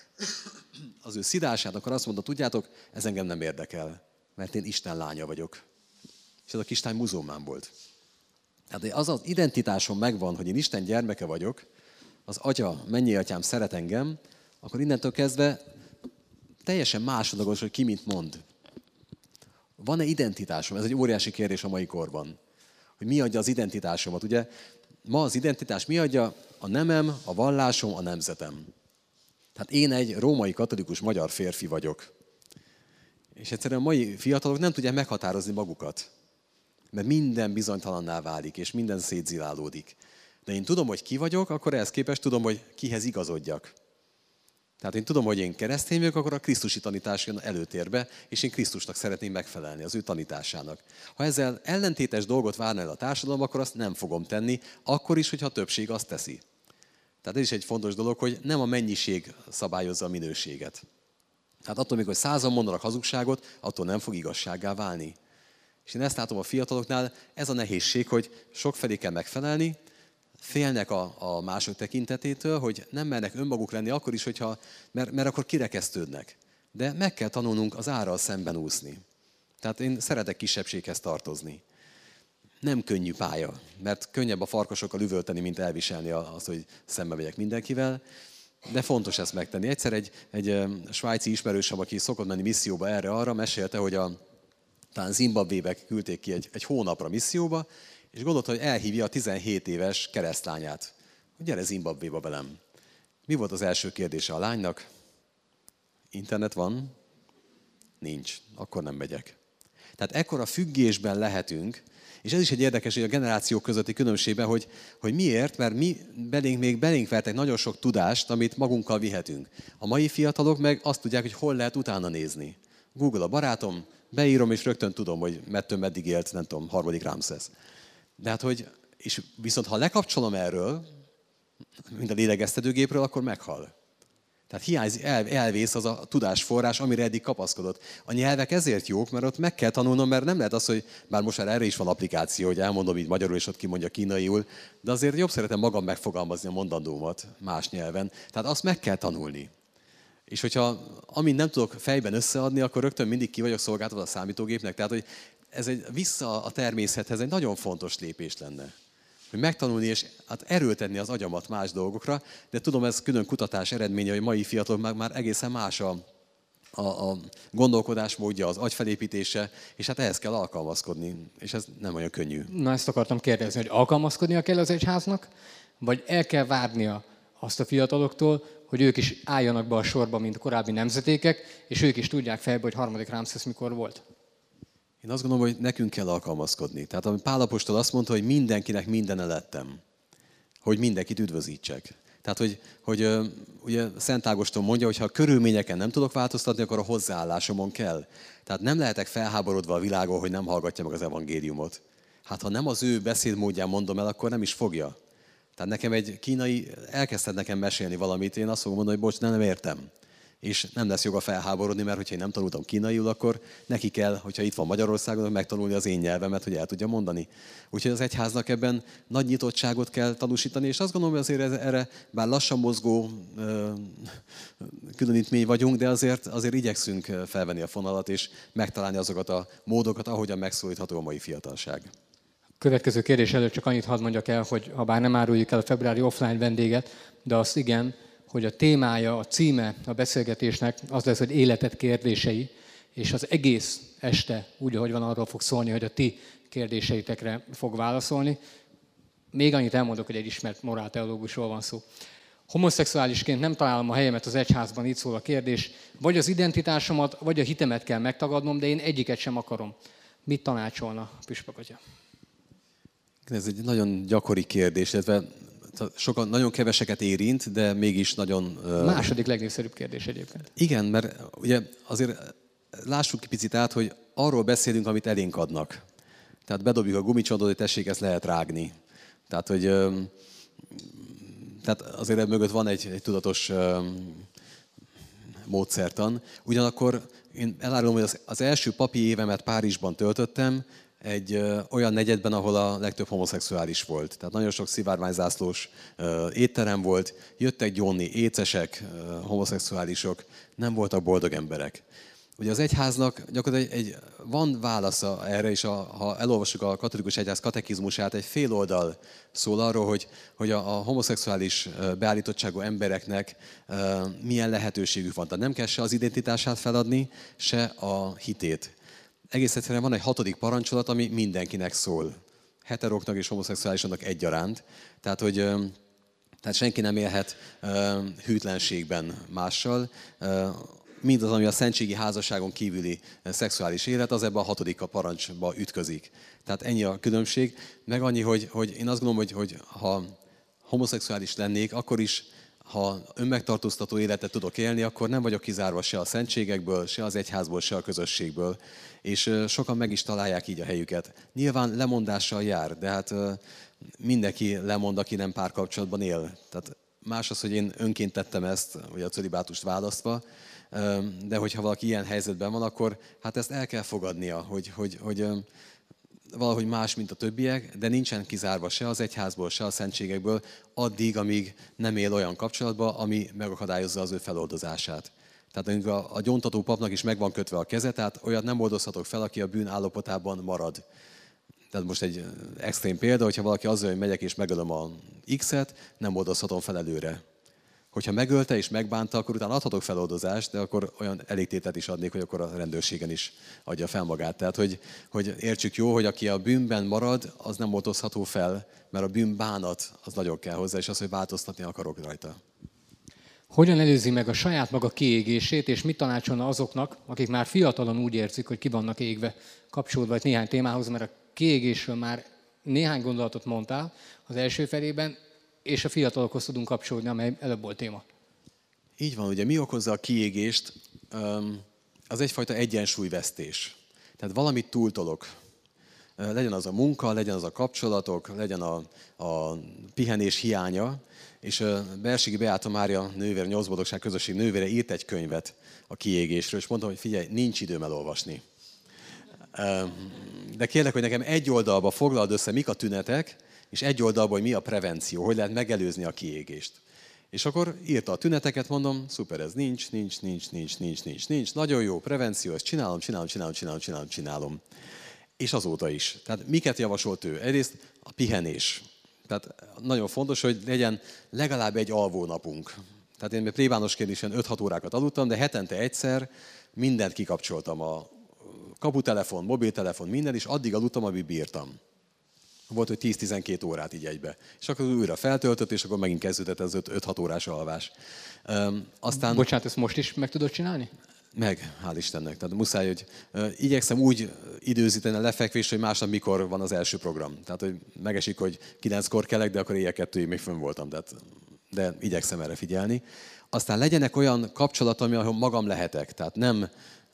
az ő szidását, akkor azt mondta, tudjátok, ez engem nem érdekel, mert én Isten lánya vagyok. És ez a kislány muzulmán volt. Tehát az az identitásom megvan, hogy én Isten gyermeke vagyok, az Atya, mennyi atyám szeret engem, akkor innentől kezdve teljesen másodlagos, hogy ki mit mond. Van-e identitásom? Ez egy óriási kérdés a mai korban. Hogy mi adja az identitásomat. Ugye ma az identitás mi adja? A nemem, a vallásom, a nemzetem. Tehát én egy római katolikus magyar férfi vagyok. És egyszerűen a mai fiatalok nem tudják meghatározni magukat. Mert minden bizonytalanná válik, és minden szétzilálódik. De én tudom, hogy ki vagyok, akkor ehhez képest tudom, hogy kihez igazodjak. Tehát én tudom, hogy én keresztény vagyok, akkor a krisztusi tanítás jön előtérbe, és én Krisztusnak szeretném megfelelni, az ő tanításának. Ha ezzel ellentétes dolgot várna el a társadalom, akkor azt nem fogom tenni, akkor is, hogyha a többség azt teszi. Tehát ez is egy fontos dolog, hogy nem a mennyiség szabályozza a minőséget. Tehát attól még, hogy 100-an mondanak hazugságot, attól nem fog igazsággá válni. És én ezt látom a fiataloknál, ez a nehézség, hogy sokfelé kell megfelelni, félnek a mások tekintetétől, hogy nem mernek önmaguk lenni akkor is, mert akkor kirekesztődnek. De meg kell tanulnunk az árral szemben úszni. Tehát én szeretek kisebbséghez tartozni. Nem könnyű pálya, mert könnyebb a farkasokkal üvölteni, mint elviselni azt, hogy szembe megyek mindenkivel. De fontos ezt megtenni. Egyszer egy svájci ismerősöm, aki szokott menni misszióba erre-arra, mesélte, hogy talán Zimbabvébe küldték ki egy hónapra misszióba, és gondolta, hogy elhívja a 17 éves keresztlányát. Hogy gyere Zimbabvéba velem. Mi volt az első kérdése a lánynak? Internet van? Nincs. Akkor nem megyek. Tehát ekkora függésben lehetünk, és ez is egy érdekes, hogy a generációk közötti különbségben, hogy miért, mert még belénk vertek nagyon sok tudást, amit magunkkal vihetünk. A mai fiatalok meg azt tudják, hogy hol lehet utána nézni. Google a barátom, beírom, és rögtön tudom, hogy mettől meddig élt, nem tudom, 3. Ramszesz. De hát, és viszont ha lekapcsolom erről, mint a lélegeztetőgépről, akkor meghal. Tehát elvész az a tudásforrás, amire eddig kapaszkodott. A nyelvek ezért jók, mert ott meg kell tanulnom, mert nem lehet az, hogy bár most már erre is van applikáció, hogy elmondom így magyarul, és ott kimondja kínaiul, de azért jobb szeretem magam megfogalmazni a mondandómat más nyelven. Tehát azt meg kell tanulni. És hogyha amint nem tudok fejben összeadni, akkor rögtön mindig ki vagyok szolgáltatva a számítógépnek. Tehát, hogy ez vissza a természethez egy nagyon fontos lépés lenne. Hogy megtanulni és erőltetni az agyamat más dolgokra, de tudom, ez külön kutatás eredménye, hogy mai fiatalok már egészen más a gondolkodásmódja, az agyfelépítése, és hát ehhez kell alkalmazkodni, és ez nem olyan könnyű. Na, ezt akartam kérdezni, hogy alkalmazkodnia kell az egyháznak, vagy el kell várnia azt a fiataloktól, hogy ők is álljanak be a sorba, mint korábbi nemzetékek, és ők is tudják fejbe, hogy 3. Ramszesz mikor volt? Én azt gondolom, hogy nekünk kell alkalmazkodni. Tehát a Pál apostol azt mondta, hogy mindenkinek mindene lettem, hogy mindenkit üdvözítsek. Tehát, hogy ugye Szent Ágoston mondja, hogy ha a körülményeken nem tudok változtatni, akkor a hozzáállásomon kell. Tehát nem lehetek felháborodva a világon, hogy nem hallgatja meg az evangéliumot. Hát ha nem az ő beszédmódján mondom el, akkor nem is fogja. Tehát nekem egy kínai elkezdett nekem mesélni valamit, én azt fogom mondani, hogy bocs, nem értem. És nem lesz joga felháborodni, mert hogyha én nem tanultam kínaiul, akkor neki kell, hogyha itt van Magyarországon, megtanulni az én nyelvemet, hogy el tudja mondani. Úgyhogy az egyháznak ebben nagy nyitottságot kell tanúsítani, és azt gondolom, hogy azért erre bár lassan mozgó különítmény vagyunk, de azért igyekszünk felvenni a fonalat, és megtalálni azokat a módokat, ahogyan megszólítható a mai fiatalság. Következő kérdés előtt csak annyit hadd mondjak el, hogy ha bár nem áruljuk el a februári offline vendéget, de azt igen, hogy a témája, a címe a beszélgetésnek az lesz, hogy életed kérdései, és az egész este úgy, ahogy van, arról fog szólni, hogy a ti kérdéseitekre fog válaszolni. Még annyit elmondok, hogy egy ismert morálteológusról van szó. Homoszexuálisként nem találom a helyemet az egyházban, így szól a kérdés. Vagy az identitásomat, vagy a hitemet kell megtagadnom, de én egyiket sem akarom. Mit tanácsolna Püspök atya? Ez egy nagyon gyakori kérdés, illetve sokan, nagyon keveseket érint, de mégis nagyon... Második legnépszerűbb kérdés egyébként. Igen, mert ugye azért lássuk ki picit át, hogy arról beszélünk, amit elénk adnak. Tehát bedobjuk a gumicsontot, hogy tessék, ezt lehet rágni. Tehát, hogy tehát azért mögött van egy tudatos módszertan. Ugyanakkor én elárulom, hogy az első papi évemet Párizsban töltöttem, egy olyan negyedben, ahol a legtöbb homoszexuális volt. Tehát nagyon sok szivárványzászlós étterem volt, jöttek gyónni écesek, homoszexuálisok, nem voltak boldog emberek. Ugye az egyháznak gyakorlatilag van válasza erre, és ha elolvassuk a katolikus egyház katekizmusát, egy fél oldal szól arról, hogy a homoszexuális beállítottságú embereknek milyen lehetőségük van. Tehát nem kell se az identitását feladni, se a hitét. Egész egyszerűen van egy 6. parancsolat, ami mindenkinek szól. Heteroknak és homoszexuálisoknak egyaránt. Tehát senki nem élhet hűtlenségben mással. Mindaz, ami a szentségi házasságon kívüli szexuális élet, az ebben a 6. parancsba ütközik. Tehát ennyi a különbség. Meg annyi, hogy én azt gondolom, hogy ha homoszexuális lennék, akkor is, ha önmegtartóztató életet tudok élni, akkor nem vagyok kizárva se a szentségekből, se az egyházból, se a közösségből. És sokan meg is találják így a helyüket. Nyilván lemondással jár, de hát mindenki lemond, aki nem párkapcsolatban él. Tehát más az, hogy én önként tettem ezt, vagy a cölibátust választva, de hogyha valaki ilyen helyzetben van, akkor hát ezt el kell fogadnia, hogy valahogy más, mint a többiek, de nincsen kizárva se az egyházból, se a szentségekből, addig, amíg nem él olyan kapcsolatba, ami megakadályozza az ő feloldozását. Tehát a gyóntató papnak is meg van kötve a keze, tehát olyat nem oldozhatok fel, aki a bűn állapotában marad. Tehát most egy extrém példa, hogyha valaki azzal, hogy megyek és megölöm a X-et, nem oldozhatom fel előre. Hogyha megölte és megbánta, akkor utána adhatok feloldozást, de akkor olyan elégtételt is adnék, hogy akkor a rendőrségen is adja fel magát. Tehát, hogy értsük jó, hogy aki a bűnben marad, az nem oldozható fel, mert a bűnbánat az nagyon kell hozzá, és az, hogy változtatni akarok rajta. Hogyan előzi meg a saját maga kiégését, és mit tanácsolna azoknak, akik már fiatalon úgy érzik, hogy ki vannak égve, kapcsolódva egy néhány témához, mert a kiégésről már néhány gondolatot mondtál az első felében, és a fiatalokhoz tudunk kapcsolódni, amely előbb volt téma. Így van, ugye mi okozza a kiégést? Az egyfajta egyensúlyvesztés. Tehát valamit túltolok. Legyen az a munka, legyen az a kapcsolatok, legyen a pihenés hiánya. És Bersigi Beáta Mária nővére, Nyolcboldogság közösség nővére írt egy könyvet a kiégésről, és mondtam, hogy figyelj, nincs időm elolvasni. De kérlek, hogy nekem egy oldalba foglald össze, mik a tünetek, és egy oldalba, hogy mi a prevenció, hogy lehet megelőzni a kiégést. És akkor írta a tüneteket, mondom, szuper, ez nincs. Nagyon jó, prevenció, ezt csinálom. És azóta is. Tehát miket javasolt ő? Egyrészt a pihenés. Tehát nagyon fontos, hogy legyen legalább egy alvónapunk. Tehát én plébánosként is 5-6 órákat aludtam, de hetente egyszer mindent kikapcsoltam. A kaputelefon, mobiltelefon, minden, és addig aludtam, amíg bírtam. Volt, hogy 10-12 órát így egybe. És akkor újra feltöltött, és akkor megint kezdődött az 5-6 órás alvás. Aztán... Bocsánat, ezt most is meg tudod csinálni? Meg, hál' Istennek. Tehát muszáj, hogy igyekszem úgy időzíteni a lefekvést, hogy másnap mikor van az első program. Tehát, hogy megesik, hogy 9-kor kelek, de akkor éjjel 2-ig még fönn voltam. De igyekszem erre figyelni. Aztán legyenek olyan kapcsolatom, ahol magam lehetek. Tehát nem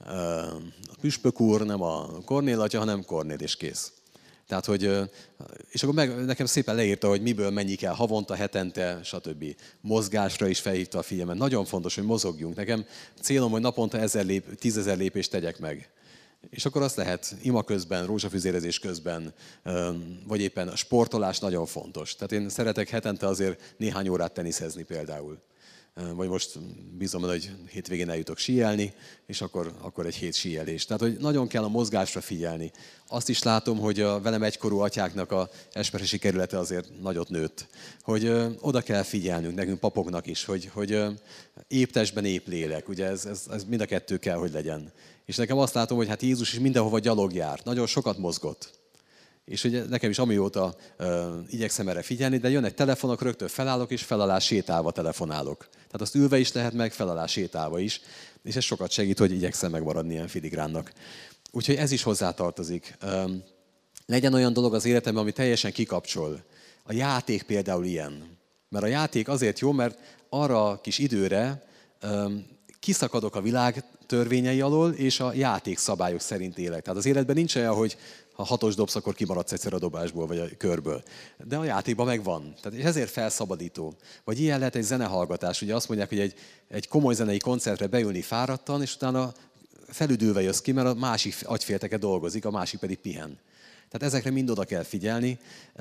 a püspök úr, nem a Kornél atya, hanem Kornél, és kész. Tehát, hogy, és akkor nekem szépen leírta, hogy miből mennyi kell havonta, hetente, stb. Mozgásra is felhívta a figyelmet. Nagyon fontos, hogy mozogjunk. Nekem célom, hogy naponta 10 000 lépést tegyek meg. És akkor azt lehet ima közben, rózsafüzérezés közben, vagy éppen a sportolás nagyon fontos. Tehát én szeretek hetente azért néhány órát teniszezni például. Vagy most bízom, hogy hétvégén eljutok síelni, és akkor egy hét síelés. Tehát, hogy nagyon kell a mozgásra figyelni. Azt is látom, hogy a velem egykorú atyáknak a esperesi kerülete azért nagyot nőtt. Hogy oda kell figyelnünk, nekünk papoknak is, hogy épp testben épp lélek. Ugye ez mind a kettő kell, hogy legyen. És nekem azt látom, hogy hát Jézus is mindenhova gyalog járt. Nagyon sokat mozgott. És ugye nekem is amióta igyekszem erre figyelni, de jönnek telefonok, rögtön felállok, és felalá sétálva telefonálok. Tehát azt ülve is lehet meg, felalá sétálva is. És ez sokat segít, hogy igyekszem megmaradni ilyen filigránnak. Úgyhogy ez is hozzátartozik. Legyen olyan dolog az életemben, ami teljesen kikapcsol. A játék például ilyen. Mert a játék azért jó, mert arra a kis időre kiszakadok a világ törvényei alól, és a játék szabályok szerint élek. Tehát az életben nincs olyan, hogy ha 6-os dobsz, akkor kimaradsz egyszer a dobásból, vagy a körből. De a játékban megvan. Tehát ezért felszabadító. Vagy ilyen lehet egy zenehallgatás. Ugye azt mondják, hogy egy komoly zenei koncertre beülni fáradtan, és utána felüdülve jössz ki, mert a másik agyfélteke dolgozik, a másik pedig pihen. Tehát ezekre mind oda kell figyelni.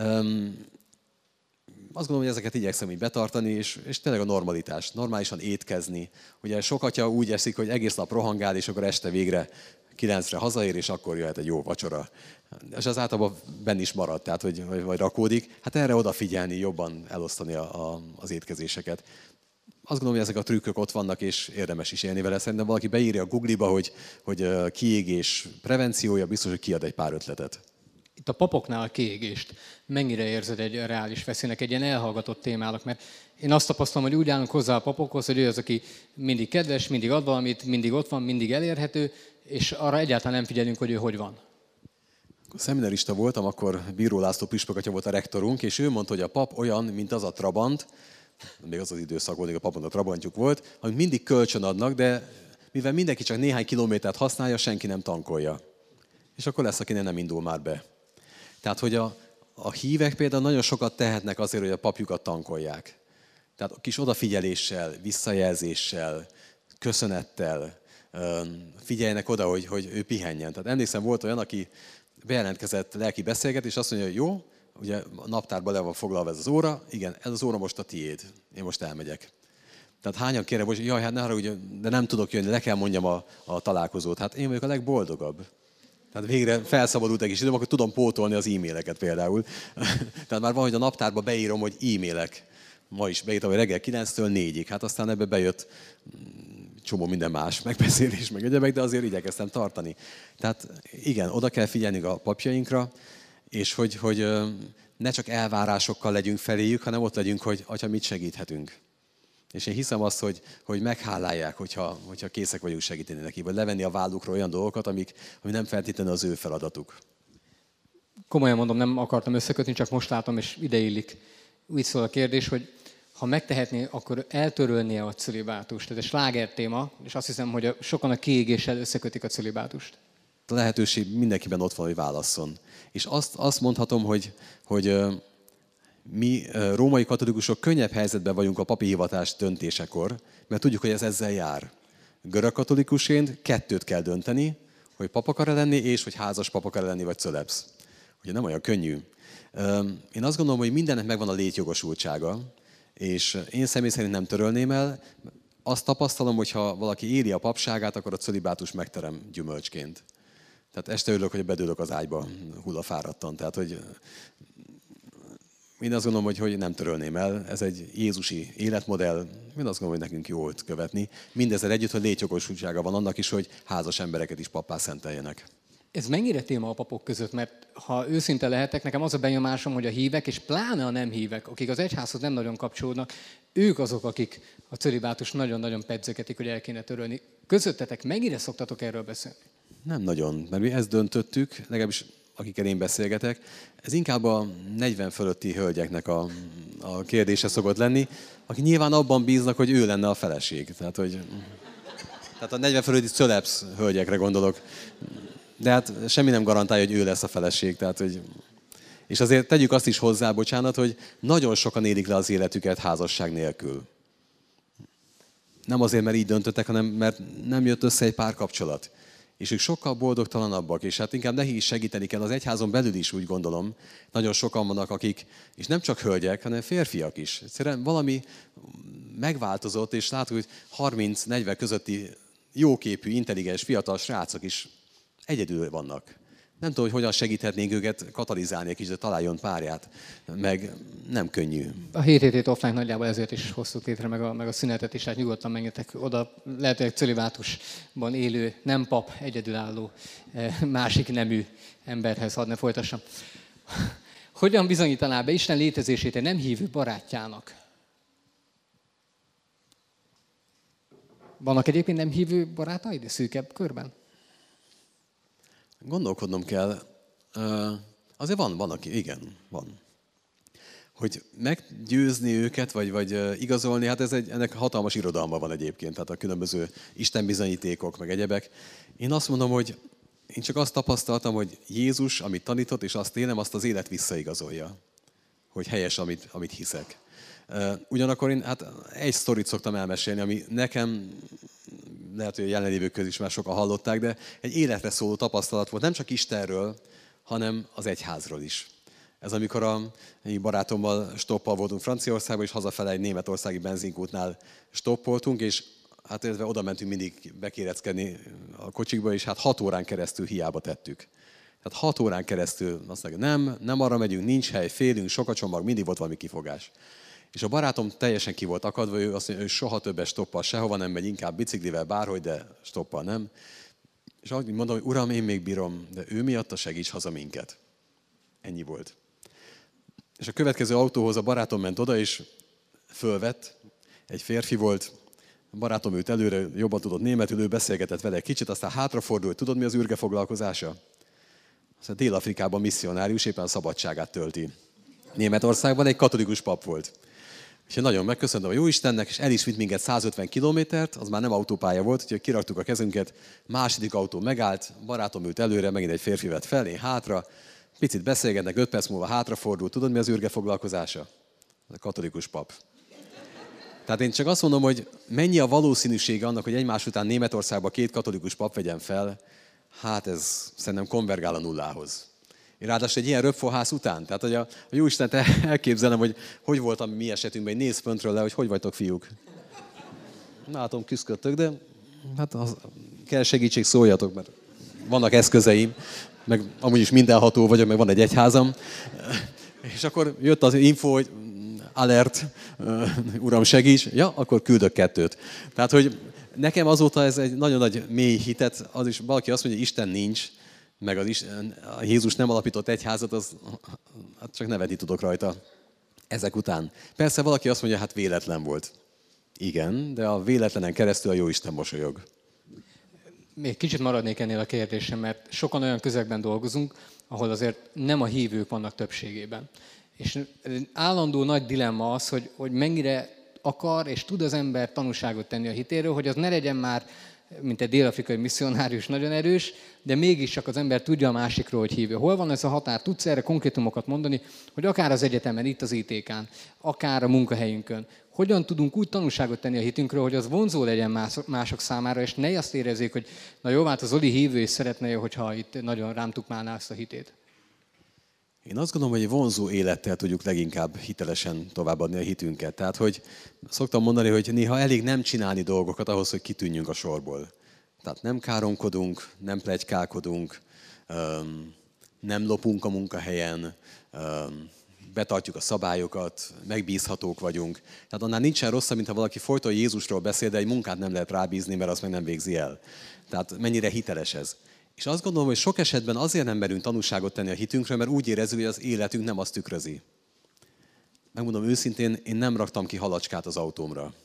Azt gondolom, hogy ezeket igyekszem így betartani, és tényleg a normalitás. Normálisan étkezni. Ugye sok atya úgy eszik, hogy egész nap rohangál, és akkor este végre 9-re hazaér, és akkor jöhet egy jó vacsora. És az általában benn is marad, tehát vagy rakódik. Hát erre odafigyelni, jobban elosztani az étkezéseket. Azt gondolom, hogy ezek a trükkök ott vannak, és érdemes is élni vele. Szerintem valaki beírja a Google-ba, hogy kiégés prevenciója, biztos, hogy kiad egy pár ötletet. Itt a papoknál a kiégést mennyire érzed egy reális veszélynek, egy ilyen elhallgatott témának? Mert én azt tapasztalom, hogy úgy állunk hozzá a papokhoz, hogy ő az, aki mindig kedves, mindig ad valamit, mindig ott van, mindig elérhető, és arra egyáltalán nem figyelünk, hogy ő hogy van. Szeminarista voltam, akkor Bíró László püspök atya volt a rektorunk, és ő mondta, hogy a pap olyan, mint az a trabant, még az időszak volt, még a papon a trabantjuk volt, amit mindig kölcsön adnak, de mivel mindenki csak néhány kilométert használja, senki nem tankolja. És akkor lesz, akinek nem indul már be. Tehát, hogy a hívek például nagyon sokat tehetnek azért, hogy a papjukat tankolják. Tehát a kis odafigyeléssel, visszajelzéssel, köszönettel figyeljenek oda, hogy ő pihenjen. Tehát emlékszem, volt olyan, aki bejelentkezett lelki beszélgetés, és azt mondja, hogy jó, ugye a naptárban le van foglalva ez az óra, igen, ez az óra most a tiéd, én most elmegyek. Tehát hányan kérnek, hogy jaj, hát ne haragudj, de nem tudok jönni, le kell mondjam a találkozót. Hát én vagyok a legboldogabb. Tehát végre felszabadult egy kis időm, akkor tudom pótolni az e-maileket például. Tehát már van, hogy a naptárba beírom, hogy e-mailek. Ma is beírtam, hogy reggel 9-től 4-ig. Hát aztán ebbe bejött csomó minden más megbeszélés, meg egyebek, de azért igyekeztem tartani. Tehát igen, oda kell figyelni a papjainkra, és hogy ne csak elvárásokkal legyünk feléjük, hanem ott legyünk, hogy atya, mit segíthetünk. És én hiszem azt, hogy meghálálják, hogyha készek vagyunk segíteni neki, vagy levenni a vállukról olyan dolgokat, ami nem feltétlenül az ő feladatuk. Komolyan mondom, nem akartam összekötni, csak most látom, és ide illik. Úgy szól a kérdés, hogy ha megtehetné, akkor eltörölnie a cölibátust. Ez egy sláger téma, és azt hiszem, hogy sokan a kiégéssel összekötik a cölibátust. A lehetőség mindenkiben ott van, hogy válasszon. És azt mondhatom, hogy mi római katolikusok könnyebb helyzetben vagyunk a papi hivatás döntésekor, mert tudjuk, hogy ez ezzel jár. Görög katolikusként 2 kell dönteni, hogy pap akar lenni, és hogy házas pap akar lenni, vagy cölebsz. Ugye nem olyan könnyű. Én azt gondolom, hogy mindennek megvan a létjogosultsága, és én személy szerint nem törölném el. Azt tapasztalom, hogy ha valaki éli a papságát, akkor a cölibátus megterem gyümölcsként. Tehát este örülök, hogy bedőlök az ágyba hullafáradtan. Tehát, hogy én azt gondolom, hogy nem törölném el. Ez egy jézusi életmodell. Én azt gondolom, hogy nekünk jó volt követni. Mindezzel együtt, hogy létjogosultsága van annak is, hogy házas embereket is pappá szenteljenek. Ez mennyire téma a papok között? Mert ha őszinte lehetek, nekem az a benyomásom, hogy a hívek, és pláne a nem hívek, akik az egyházhoz nem nagyon kapcsolódnak, ők azok, akik a cölibátus nagyon-nagyon pedzegetik, hogy el kéne törölni. Közöttetek mennyire szoktatok erről beszélni? Nem nagyon, mert mi ezt döntöttük, legalábbis akikkel én beszélgetek. Ez inkább a 40 fölötti hölgyeknek a kérdése szokott lenni, akik nyilván abban bíznak, hogy ő lenne a feleség. Tehát a 40 fölötti cölebsz hölgyekre gondolok. De hát semmi nem garantálja, hogy ő lesz a feleség. És azért tegyük azt is hozzá, bocsánat, hogy nagyon sokan élik le az életüket házasság nélkül. Nem azért, mert így döntöttek, hanem mert nem jött össze egy párkapcsolat. És ők sokkal boldogtalanabbak, és hát inkább nekik is segíteni kell. Az egyházon belül is úgy gondolom, nagyon sokan vannak, akik, és nem csak hölgyek, hanem férfiak is. Egyszerűen valami megváltozott, és látjuk, hogy 30-40 közötti jóképű, intelligens, fiatal srácok is egyedül vannak. Nem tudom, hogy hogyan segíthetnénk őket katalizálni egy kicsit, találjon párját, meg nem könnyű. A 7 offline nagyjából ezért is hoztuk létre, meg a szünetet is, tehát nyugodtan menjetek oda, lehetőleg cölibátusban élő, nem pap, egyedülálló, másik nemű emberhez, hadd ne folytassam. Hogyan bizonyítaná be Isten létezését egy nem hívő barátjának? Vannak egyébként nem hívő barátaid szűkebb körben? Gondolkodnom kell. Azért van, aki, igen, van. Hogy meggyőzni őket, vagy igazolni, hát ennek hatalmas irodalma van egyébként, tehát a különböző istenbizonyítékok, meg egyebek. Én azt mondom, hogy én csak azt tapasztaltam, hogy Jézus, amit tanított, és azt élem, azt az élet visszaigazolja. Hogy helyes, amit hiszek. Ugyanakkor én egy sztorit szoktam elmesélni, ami nekem, lehet, hogy a jelenlévők közül is már sokan hallották, de egy életre szóló tapasztalat volt, nem csak Istenről, hanem az egyházról is. Ez amikor egy barátommal stoppal voltunk Franciaországban, és hazafele egy németországi benzinkútnál stoppoltunk, és hát illetve oda mentünk mindig bekéreckedni a kocsikba, és 6 órán keresztül hiába tettük. Tehát 6 órán keresztül azt mondja, nem arra megyünk, nincs hely, félünk, sok a csomag, mindig volt valami kifogás. És a barátom teljesen ki volt akadva, ő azt mondja, hogy soha többet stoppal sehova nem megy, inkább biciklivel bárhogy, de stoppal nem. És ahogy mondom, hogy uram, én még bírom, de ő miatta segíts haza minket. Ennyi volt. És a következő autóhoz a barátom ment oda, és fölvett, egy férfi volt, a barátom ült előre, jobban tudott németül, ő beszélgetett vele egy kicsit, aztán hátrafordult, tudod mi az űrge foglalkozása? Aztán Dél-Afrikában misszionárius, éppen a szabadságát tölti. Németországban egy katolikus pap volt. És én nagyon megköszöntem a Jóistennek, és el is vitt minket 150 kilométert, az már nem autópálya volt, úgyhogy kiraktuk a kezünket, második autó megállt, barátom ült előre, megint egy férfi vett fel, én hátra, picit beszélgetnek, 5 perc múlva hátrafordult, tudod mi az űrge foglalkozása? Ez a katolikus pap. Tehát én csak azt mondom, hogy mennyi a valószínűsége annak, hogy egymás után Németországban 2 katolikus pap vegyen fel, hát ez szerintem konvergál a nullához. Ráadásul egy ilyen röpfohász után. Tehát, hogy a Jóistent elképzelem, hogy volt a mi esetünkben, nézz föntről le, hogy vagytok, fiúk. Látom, küzdködtök, de hát kell segítség, szóljatok, mert vannak eszközeim, meg amúgy is mindenható vagyok, meg van egy egyházam. És akkor jött az info, hogy alert, uram segíts, ja, akkor küldök 2. Tehát, hogy nekem azóta ez egy nagyon nagy mély hitet, az is valaki azt mondja, hogy Isten nincs, meg a Jézus nem alapított egyházat, hát csak nevetni tudok rajta ezek után. Persze valaki azt mondja, hát véletlen volt. Igen, de a véletlenen keresztül a Jóisten mosolyog. Még kicsit maradnék ennél a kérdésem, mert sokan olyan közegben dolgozunk, ahol azért nem a hívők vannak többségében. És állandó nagy dilemma az, hogy mennyire akar és tud az ember tanúságot tenni a hitéről, hogy az ne legyen már, mint egy dél-afrikai misszionárius nagyon erős, de mégis csak az ember tudja a másikról, hogy hívő. Hol van ez a határ? Tudsz erre konkrétumokat mondani, hogy akár az egyetemen, itt az ITK-n, akár a munkahelyünkön, hogyan tudunk úgy tanúságot tenni a hitünkről, hogy az vonzó legyen mások számára, és ne azt érezzék, hogy na jó, hát az Zoli hívő és szeretne, hogyha itt nagyon rám tukmálná azt a hitét. Én azt gondolom, hogy egy vonzó élettel tudjuk leginkább hitelesen továbbadni a hitünket. Tehát, hogy szoktam mondani, hogy néha elég nem csinálni dolgokat ahhoz, hogy kitűnjünk a sorból. Tehát nem káromkodunk, nem pletykálkodunk, nem lopunk a munkahelyen, betartjuk a szabályokat, megbízhatók vagyunk. Tehát annál nincsen rosszabb, mint ha valaki folyton Jézusról beszél, de egy munkát nem lehet rábízni, mert azt meg nem végzi el. Tehát mennyire hiteles ez. És azt gondolom, hogy sok esetben azért nem merünk tanúságot tenni a hitünkről, mert úgy érezzük, hogy az életünk nem azt tükrözi. Megmondom őszintén, én nem raktam ki halacskát az autómra.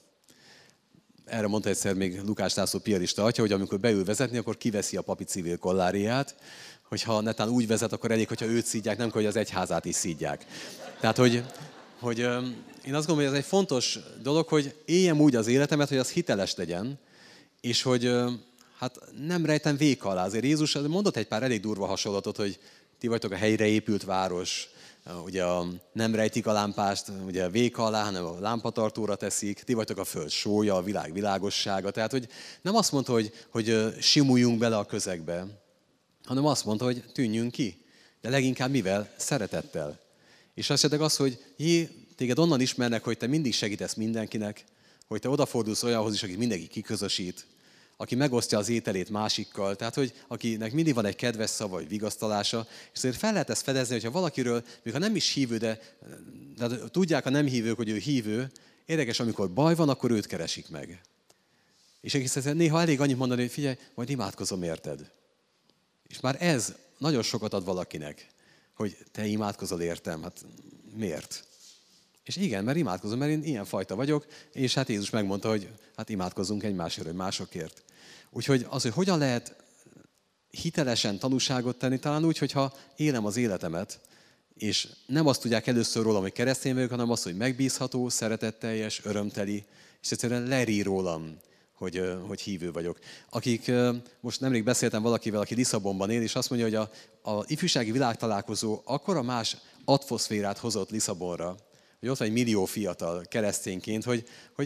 Erre mondta egyszer még Lukács László piarista atya, hogy amikor beül vezetni, akkor kiveszi a papi civil kolláriát, hogyha netán úgy vezet, akkor elég, hogyha őt szídják, nem kell, hogy az egyházát is szídják. Tehát, hogy én azt gondolom, hogy ez egy fontos dolog, hogy éljem úgy az életemet, hogy az hiteles legyen, és hogy hát nem rejtem véka alá. Azért Jézus mondott egy pár elég durva hasonlatot, hogy ti vagytok a helyre épült város, ugye nem rejtik a lámpást ugye a véka alá, hanem a lámpatartóra teszik, ti vagytok a föld sója, a világ világossága. Tehát, hogy nem azt mondta, hogy simuljunk bele a közegbe, hanem azt mondta, hogy tűnjünk ki. De leginkább mivel? Szeretettel. És esetleg az, hogy téged onnan ismernek, hogy te mindig segítesz mindenkinek, hogy te odafordulsz olyanhoz is, akit mindenki kiközösít, aki megosztja az ételét másikkal, tehát hogy akinek mindig van egy kedves szava, vagy vigasztalása, és azért fel lehet ezt fedezni, hogyha valakiről, még ha nem is hívő, de tudják a nem hívők, hogy ő hívő, érdekes, amikor baj van, akkor őt keresik meg. És egész néha elég annyit mondani, hogy figyelj, majd imádkozom érted. És már ez nagyon sokat ad valakinek, hogy te imádkozol értem, hát miért? És igen, mert imádkozom, mert én ilyen fajta vagyok, és hát Jézus megmondta, hogy hát imádkozzunk egymásért, vagy másokért. Úgyhogy az, hogy hogyan lehet hitelesen tanúságot tenni, talán úgy, hogyha élem az életemet, és nem azt tudják először rólam, hogy keresztény vagyok, hanem azt, hogy megbízható, szeretetteljes, örömteli, és egyszerűen lerír rólam, hogy hívő vagyok. Most nemrég beszéltem valakivel, aki Lisszabonban él, és azt mondja, hogy a ifjúsági világtalálkozó akkora más atmoszférát hozott Lisszabonra, hogy ott van egy millió fiatal keresztényként, hogy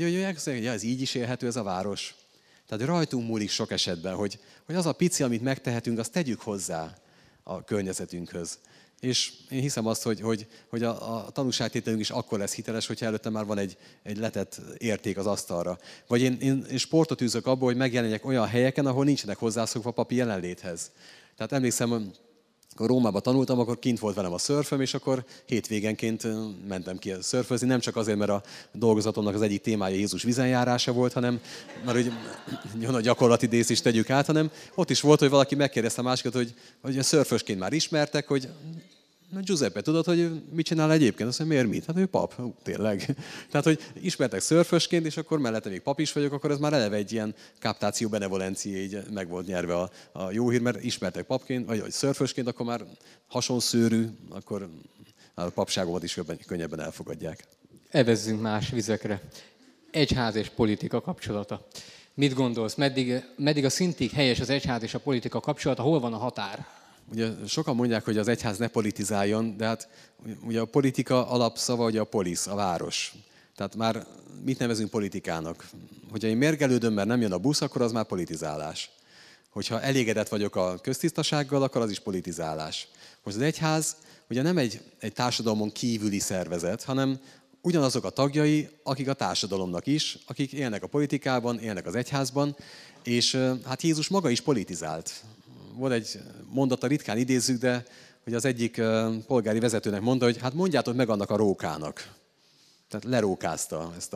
ez így is élhető ez a város. Tehát rajtunk múlik sok esetben, hogy az a pici, amit megtehetünk, azt tegyük hozzá a környezetünkhöz. És én hiszem azt, hogy a tanúságtételünk is akkor lesz hiteles, hogyha előtte már van egy letett érték az asztalra. Vagy én sportot űzök abból, hogy megjelenjek olyan helyeken, ahol nincsenek hozzászokva papi jelenléthez. Tehát emlékszem, amikor Rómában tanultam, akkor kint volt velem a szörföm, és akkor hétvégenként mentem ki szörfözni, nem csak azért, mert a dolgozatomnak az egyik témája Jézus vízenjárása volt, hanem mert hogy jön a gyakorlati rész is tegyük át, hanem ott is volt, hogy valaki megkérdezte a másikat, hogy a szörfösként már ismertek, hogy Giuseppe, tudod, hogy mit csinál egyébként? Azt mondja, miért mit? Hát ő pap, tényleg. Tehát, hogy ismertek szörfösként, és akkor mellette még pap is vagyok, akkor ez már eleve egy ilyen captatio benevolentia, így meg volt nyerve a jó hír, mert ismertek papként, vagy szörfösként, akkor már hasonszőrű, akkor a papságomat is könnyebben elfogadják. Evezzünk más vizekre. Egyház és politika kapcsolata. Mit gondolsz? Meddig a szintig helyes az egyház és a politika kapcsolata? Hol van a határ? Ugye sokan mondják, hogy az egyház ne politizáljon, de hát ugye a politika alapszava ugye a polisz, a város. Tehát már mit nevezünk politikának? Hogyha én mérgelődöm, mert nem jön a busz, akkor az már politizálás. Hogyha elégedett vagyok a köztisztasággal, akkor az is politizálás. Most az egyház ugye nem egy társadalmon kívüli szervezet, hanem ugyanazok a tagjai, akik a társadalomnak is, akik élnek a politikában, élnek az egyházban, és hát Jézus maga is politizált. Volt egy mondata, ritkán idézzük, de hogy az egyik polgári vezetőnek mondta, hogy hát mondjátok meg annak a rókának. Tehát lerókázta ezt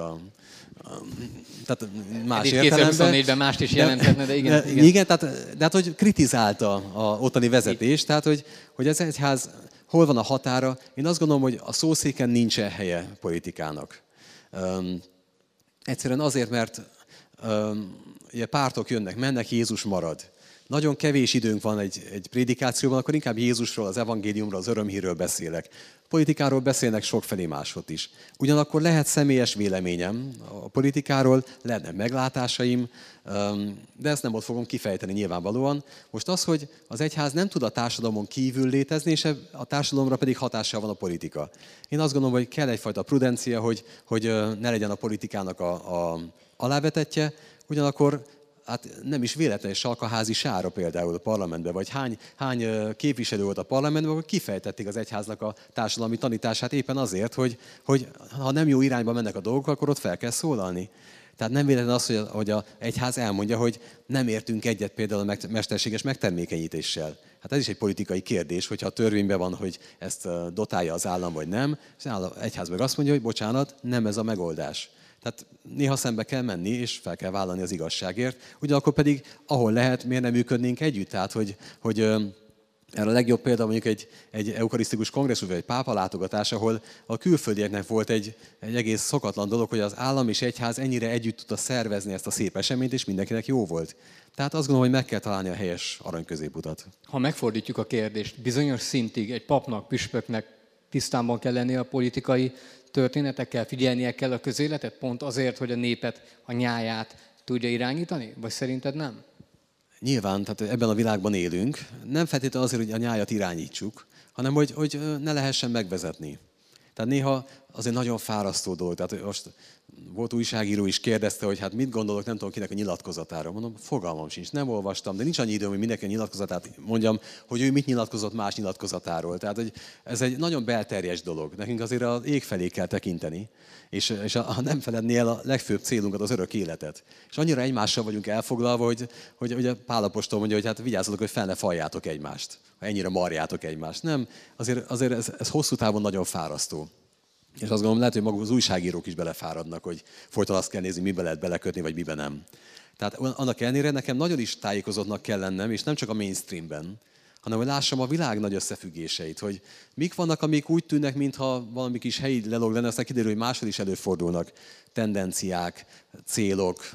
tehát más értelemben. 2024-ben mást is jelenthetne, de igen. Igen, tehát hogy kritizálta a ottani vezetést, tehát hogy ez egyház hol van a határa. Én azt gondolom, hogy a szószéken nincsen helye politikának. Egyszerűen azért, mert ugye pártok jönnek, mennek, Jézus marad. Nagyon kevés időnk van egy prédikációban, akkor inkább Jézusról, az evangéliumról, az örömhírről beszélek. Politikáról beszélnek sokfelé máshogy is. Ugyanakkor lehet személyes véleményem a politikáról, lehetnek meglátásaim, de ezt nem ott fogom kifejteni nyilvánvalóan. Most az, hogy az egyház nem tud a társadalmon kívül létezni, és a társadalomra pedig hatással van a politika. Én azt gondolom, hogy kell egyfajta prudencia, hogy ne legyen a politikának a alávetetje, ugyanakkor hát nem is véletlenül Salkaházi Sára például a parlamentben, vagy hány képviselő volt a parlamentben, hogy kifejtették az egyháznak a társadalmi tanítását éppen azért, hogy ha nem jó irányba mennek a dolgok, akkor ott fel kell szólalni. Tehát nem véletlen az, hogy az egyház elmondja, hogy nem értünk egyet például a mesterséges megtermékenyítéssel. Hát ez is egy politikai kérdés, hogyha a törvényben van, hogy ezt dotálja az állam, vagy nem, és az egyház meg azt mondja, hogy bocsánat, nem ez a megoldás. Tehát néha szembe kell menni, és fel kell vállalni az igazságért. Ugyanakkor pedig, ahol lehet, miért nem működnénk együtt? Tehát, hogy erre a legjobb példa mondjuk egy eukarisztikus kongresszus, vagy egy pápa látogatás, ahol a külföldieknek volt egy egész szokatlan dolog, hogy az állam és egyház ennyire együtt tudta szervezni ezt a szép eseményt, és mindenkinek jó volt. Tehát azt gondolom, hogy meg kell találni a helyes aranyközéputat. Ha megfordítjuk a kérdést, bizonyos szintig egy papnak, püspöknek tisztában kell lennie a politikai történetekkel, figyelnie kell a közéletet, pont azért, hogy a népet, a nyáját tudja irányítani? Vagy szerinted nem? Nyilván, tehát ebben a világban élünk, nem feltétlenül azért, hogy a nyájat irányítsuk, hanem hogy ne lehessen megvezetni. Tehát néha az egy nagyon fárasztó dolog. Tehát most volt újságíró is kérdezte, hogy hát mit gondolok, nem tudom kinek a nyilatkozatára. Mondom, fogalmam sincs, nem olvastam, de nincs annyi időm, hogy mindenki a nyilatkozatát mondjam, hogy ő mit nyilatkozott más nyilatkozatáról. Tehát hogy ez egy nagyon belterjes dolog. Nekünk azért az ég felé kell tekinteni, és nem feledni el a legfőbb célunkat, az örök életet. És annyira egymással vagyunk elfoglalva, hogy a Pál apostol mondja, hogy hát vigyázzatok, hogy fel ne faljátok egymást, ha ennyire marjátok egymást. Nem, azért ez hosszú távon nagyon fárasztó. És azt gondolom, lehet, hogy maguk az újságírók is belefáradnak, hogy folyton azt kell nézni, mibe lehet belekötni, vagy mibe nem. Tehát annak ellenére nekem nagyon is tájékozottnak kell lennem, és nem csak a mainstreamben, hanem hogy lássam a világ nagy összefüggéseit, hogy mik vannak, amik úgy tűnnek, mintha valami kis helyi lelog lenne, aztán kiderül, hogy máshol is előfordulnak tendenciák, célok,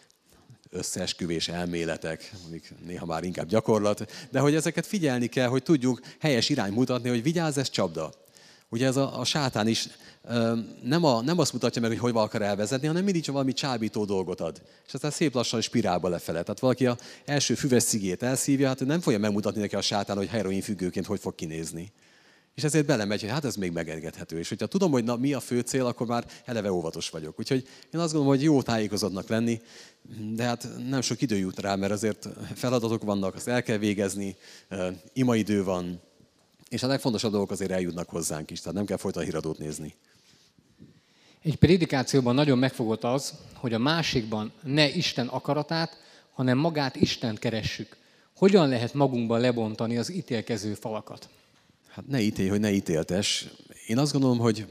összeesküvés elméletek, amik néha már inkább gyakorlat, de hogy ezeket figyelni kell, hogy tudjuk helyes irány mutatni, hogy vigyázz, ez csapda. Ugye ez a sátán is nem azt mutatja meg, hogy akar elvezetni, hanem mindig csak valami csábító dolgot ad. És aztán szép lassan spirálba lefele. Tehát valaki az első füves cigét elszívja, hát nem fogja megmutatni neki a sátán, hogy heroin függőként hogy fog kinézni. És ezért belemegy, hogy hát ez még megengedhető. És hogyha tudom, hogy mi a fő cél, akkor már eleve óvatos vagyok. Úgyhogy én azt gondolom, hogy jó tájékozottnak lenni, de hát nem sok idő jut rá, mert azért feladatok vannak, azt el kell végezni, imaidő van, és a legfontosabb dolgok azért eljutnak hozzánk is, tehát nem kell folyton a híradót nézni. Egy prédikációban nagyon megfogott az, hogy a másikban ne Isten akaratát, hanem magát Istent keressük. Hogyan lehet magunkban lebontani az ítélkező falakat? Hát ne ítélj, hogy ne ítéltes. Én azt gondolom, hogy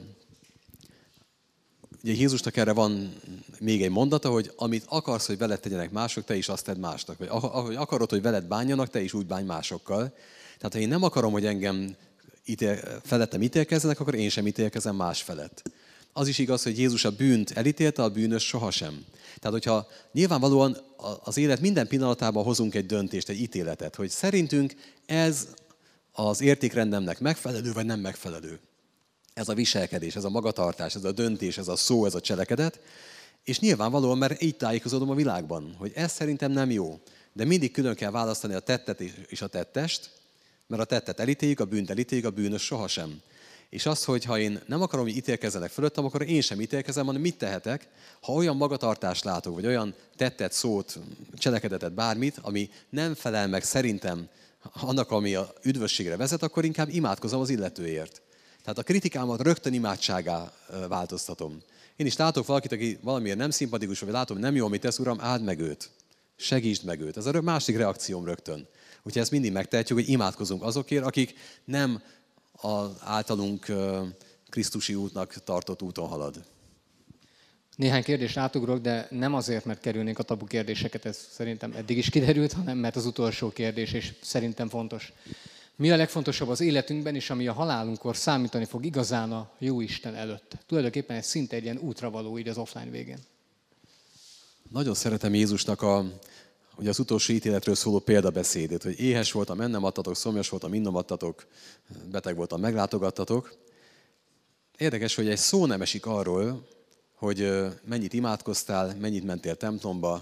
ugye Jézusnak erre van még egy mondata, hogy amit akarsz, hogy veled tegyenek mások, te is azt tedd másnak. Vagy ahogy akarod, hogy veled bánjanak, te is úgy bánj másokkal. Tehát ha én nem akarom, hogy engem felettem ítélkezzenek, akkor én sem ítélkezem más felett. Az is igaz, hogy Jézus a bűnt elítélte, a bűnös sohasem. Tehát, hogyha nyilvánvalóan az élet minden pillanatában hozunk egy döntést, egy ítéletet, hogy szerintünk ez az értékrendemnek megfelelő, vagy nem megfelelő. Ez a viselkedés, ez a magatartás, ez a döntés, ez a szó, ez a cselekedet. És nyilvánvalóan, mert így tájékozódom a világban, hogy ez szerintem nem jó. De mindig külön kell választani a tettet és a tettest, mert a tettet elítéljük, a bűnt elítéljük, a bűnös sohasem. És az, hogy ha én nem akarom, hogy ítélkezzenek fölöttem, akkor én sem ítélkezem, hanem mit tehetek, ha olyan magatartást látok, vagy olyan tettet, szót, cselekedetet, bármit, ami nem felel meg szerintem annak, ami a üdvösségre vezet, akkor inkább imádkozom az illetőért. Tehát a kritikámat rögtön imádságá változtatom. Én is látok valakit, aki valamiért nem szimpatikus, vagy látom, hogy nem jó, amit tesz, Uram, áld meg őt. Segítsd meg őt. Ez a másik reakcióm rögtön. Úgyhogy ezt mindig megtehetjük, hogy imádkozunk azokért, akik nem az általunk krisztusi útnak tartott úton halad. Néhány kérdést átugrok, de nem azért, mert kerülnénk a tabu kérdéseket, ez szerintem eddig is kiderült, hanem mert az utolsó kérdés, és szerintem fontos. Mi a legfontosabb az életünkben, és ami a halálunkkor számítani fog igazán a Jóisten előtt? Tulajdonképpen ez szinte egy ilyen útravaló így az offline végén. Nagyon szeretem Jézusnak ugye az utolsó ítéletről szóló példabeszédét, hogy éhes voltam, ennem adtatok, szomjas voltam, innom adtatok, beteg voltam, meglátogattatok. Érdekes, hogy egy szó nem esik arról, hogy mennyit imádkoztál, mennyit mentél templomba,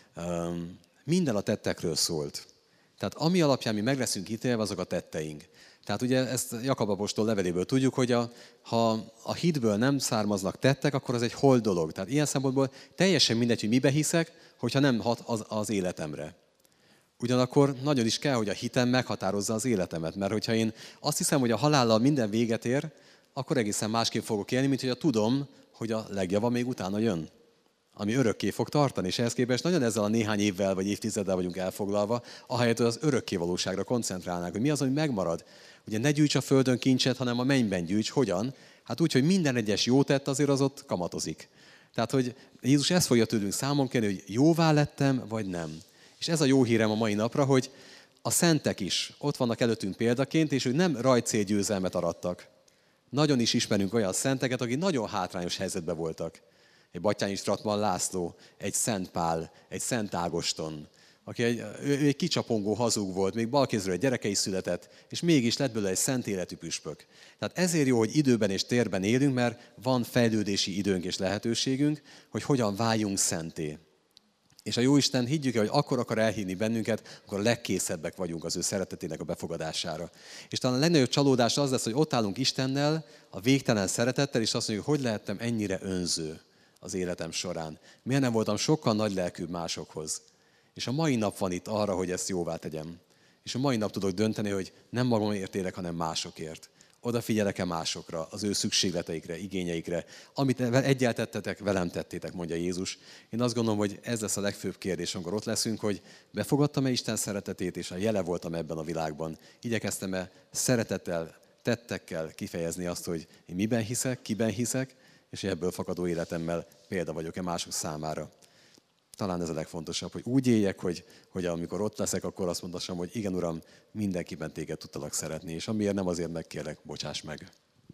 minden a tettekről szólt. Tehát ami alapján mi meg leszünk ítélve, azok a tetteink. Tehát ugye ezt Jakab apostol leveléből tudjuk, hogy ha a hitből nem származnak tettek, akkor az egy hol dolog. Tehát ilyen szempontból teljesen mindegy, hogy mibe hiszek, hogyha nem hat az életemre. Ugyanakkor nagyon is kell, hogy a hitem meghatározza az életemet. Mert hogyha én azt hiszem, hogy a halállal minden véget ér, akkor egészen másképp fogok élni, mint hogyha tudom, hogy a legjava még utána jön, ami örökké fog tartani, és ehhez képest nagyon ezzel a néhány évvel vagy évtizeddel vagyunk elfoglalva, ahelyett, hogy az örökké valóságra koncentrálnánk, hogy mi az, ami megmarad. Ugye ne gyűjts a földön kincset, hanem a mennyben gyűjts. Hogyan? Hát úgy, hogy minden egyes jó tett azért az ott kamatozik. Tehát, hogy Jézus ezt fogja tőlünk számon kérni, hogy jóvá lettem, vagy nem. És ez a jó hírem a mai napra, hogy a szentek is ott vannak előttünk példaként, és ők nem rajtcélgyőzelmet arattak. Nagyon is ismerünk olyan szenteket, akik nagyon hátrányos helyzetben voltak. Egy Batthyány Stratman László, egy Szent Pál, egy Szent Ágoston, aki egy kicsapongó hazug volt, még balkézről egy gyereke is született, és mégis lett belőle egy szent életű püspök. Tehát ezért jó, hogy időben és térben élünk, mert van fejlődési időnk és lehetőségünk, hogy hogyan váljunk szenté. És a Jóisten, higgyük el, hogy akkor akar elhívni bennünket, akkor a legkészebbek vagyunk az ő szeretetének a befogadására. És talán a legnagyobb csalódás az lesz, hogy ott állunk Istennel, a végtelen szeretettel, és azt mondjuk, hogy lehettem ennyire önző az életem során. Miért nem voltam sokkal nagylelkűbb másokhoz? És a mai nap van itt arra, hogy ezt jóvá tegyem. És a mai nap tudok dönteni, hogy nem magamért élek, hanem másokért. Odafigyelek-e másokra, az ő szükségleteikre, igényeikre. Amit egyel tettetek, velem tettétek, mondja Jézus. Én azt gondolom, hogy ez lesz a legfőbb kérdés, amikor ott leszünk, hogy befogadtam-e Isten szeretetét, és a jele voltam ebben a világban. Igyekeztem-e szeretettel, tettekkel kifejezni azt, hogy én miben hiszek, kiben hiszek, és ebből fakadó életemmel példa vagyok-e mások számára. Talán ez a legfontosabb, hogy úgy éljek, hogy amikor ott leszek, akkor azt mondhassam, hogy igen, Uram, mindenkiben téged tudtalak szeretni, és amiért nem, azért megkérlek, bocsáss meg.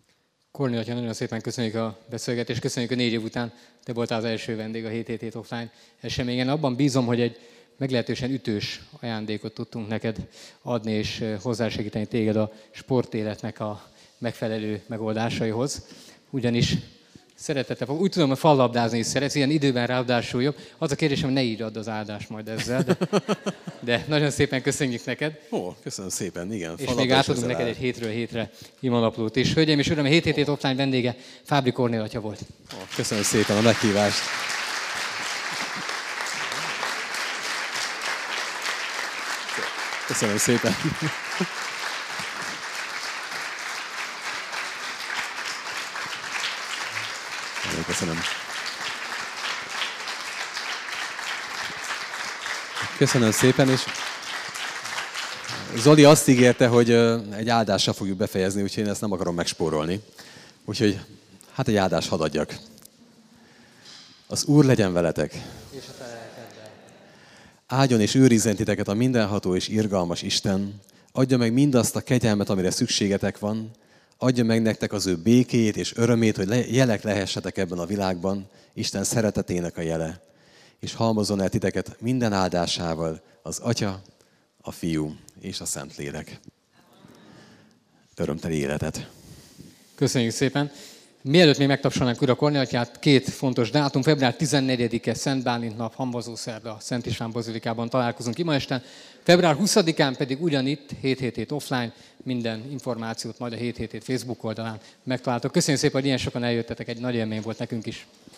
Korni atya, nagyon szépen köszönjük a beszélgetést, köszönjük, a 4 év után te voltál az első vendég a 7 offline eseményen. Abban bízom, hogy egy meglehetősen ütős ajándékot tudtunk neked adni, és hozzásegíteni téged a sportéletnek a megfelelő megoldásaihoz. Ugyanis szeretettel úgy tudom, hogy fallabdázni is szeretsz, ilyen időben ráadásul jobb. Az a kérdésem, hogy ne írd az áldást majd ezzel, de nagyon szépen köszönjük neked. Ó, köszönöm szépen, igen. És még átadunk neked egy hétről hétre imanaplót is. Hölgyeim és uram, a 7 offline vendége Fábri Kornél atya volt. Ó, köszönöm szépen a meghívást. Köszönöm szépen. Köszönöm. Köszönöm szépen, és Zoli azt ígérte, hogy egy áldással fogjuk befejezni, úgyhogy én ezt nem akarom megspórolni. Úgyhogy hát egy áldást hadd adjak. Az Úr legyen veletek. És a te lelkeddel. Áldjon és őrizzen titeket a mindenható és irgalmas Isten. Adja meg mindazt a kegyelmet, amire szükségetek van. Adja meg nektek az ő békéjét és örömét, hogy jelek lehessetek ebben a világban, Isten szeretetének a jele. És halmozzon el titeket minden áldásával az Atya, a Fiú és a Szentlélek. Örömteli életet! Köszönjük szépen! Mielőtt még megtapsolnánk Ura Kornél atyát, 2 fontos dátum, február 14-e Szent Bálint nap, hamvazószerda, Szent István bazilikában találkozunk ma este. Február 20-án pedig ugyanitt 7 offline, minden információt majd a 7 Facebook oldalán megtaláltok. Köszönjük szépen, hogy ilyen sokan eljöttetek, egy nagy élmény volt nekünk is.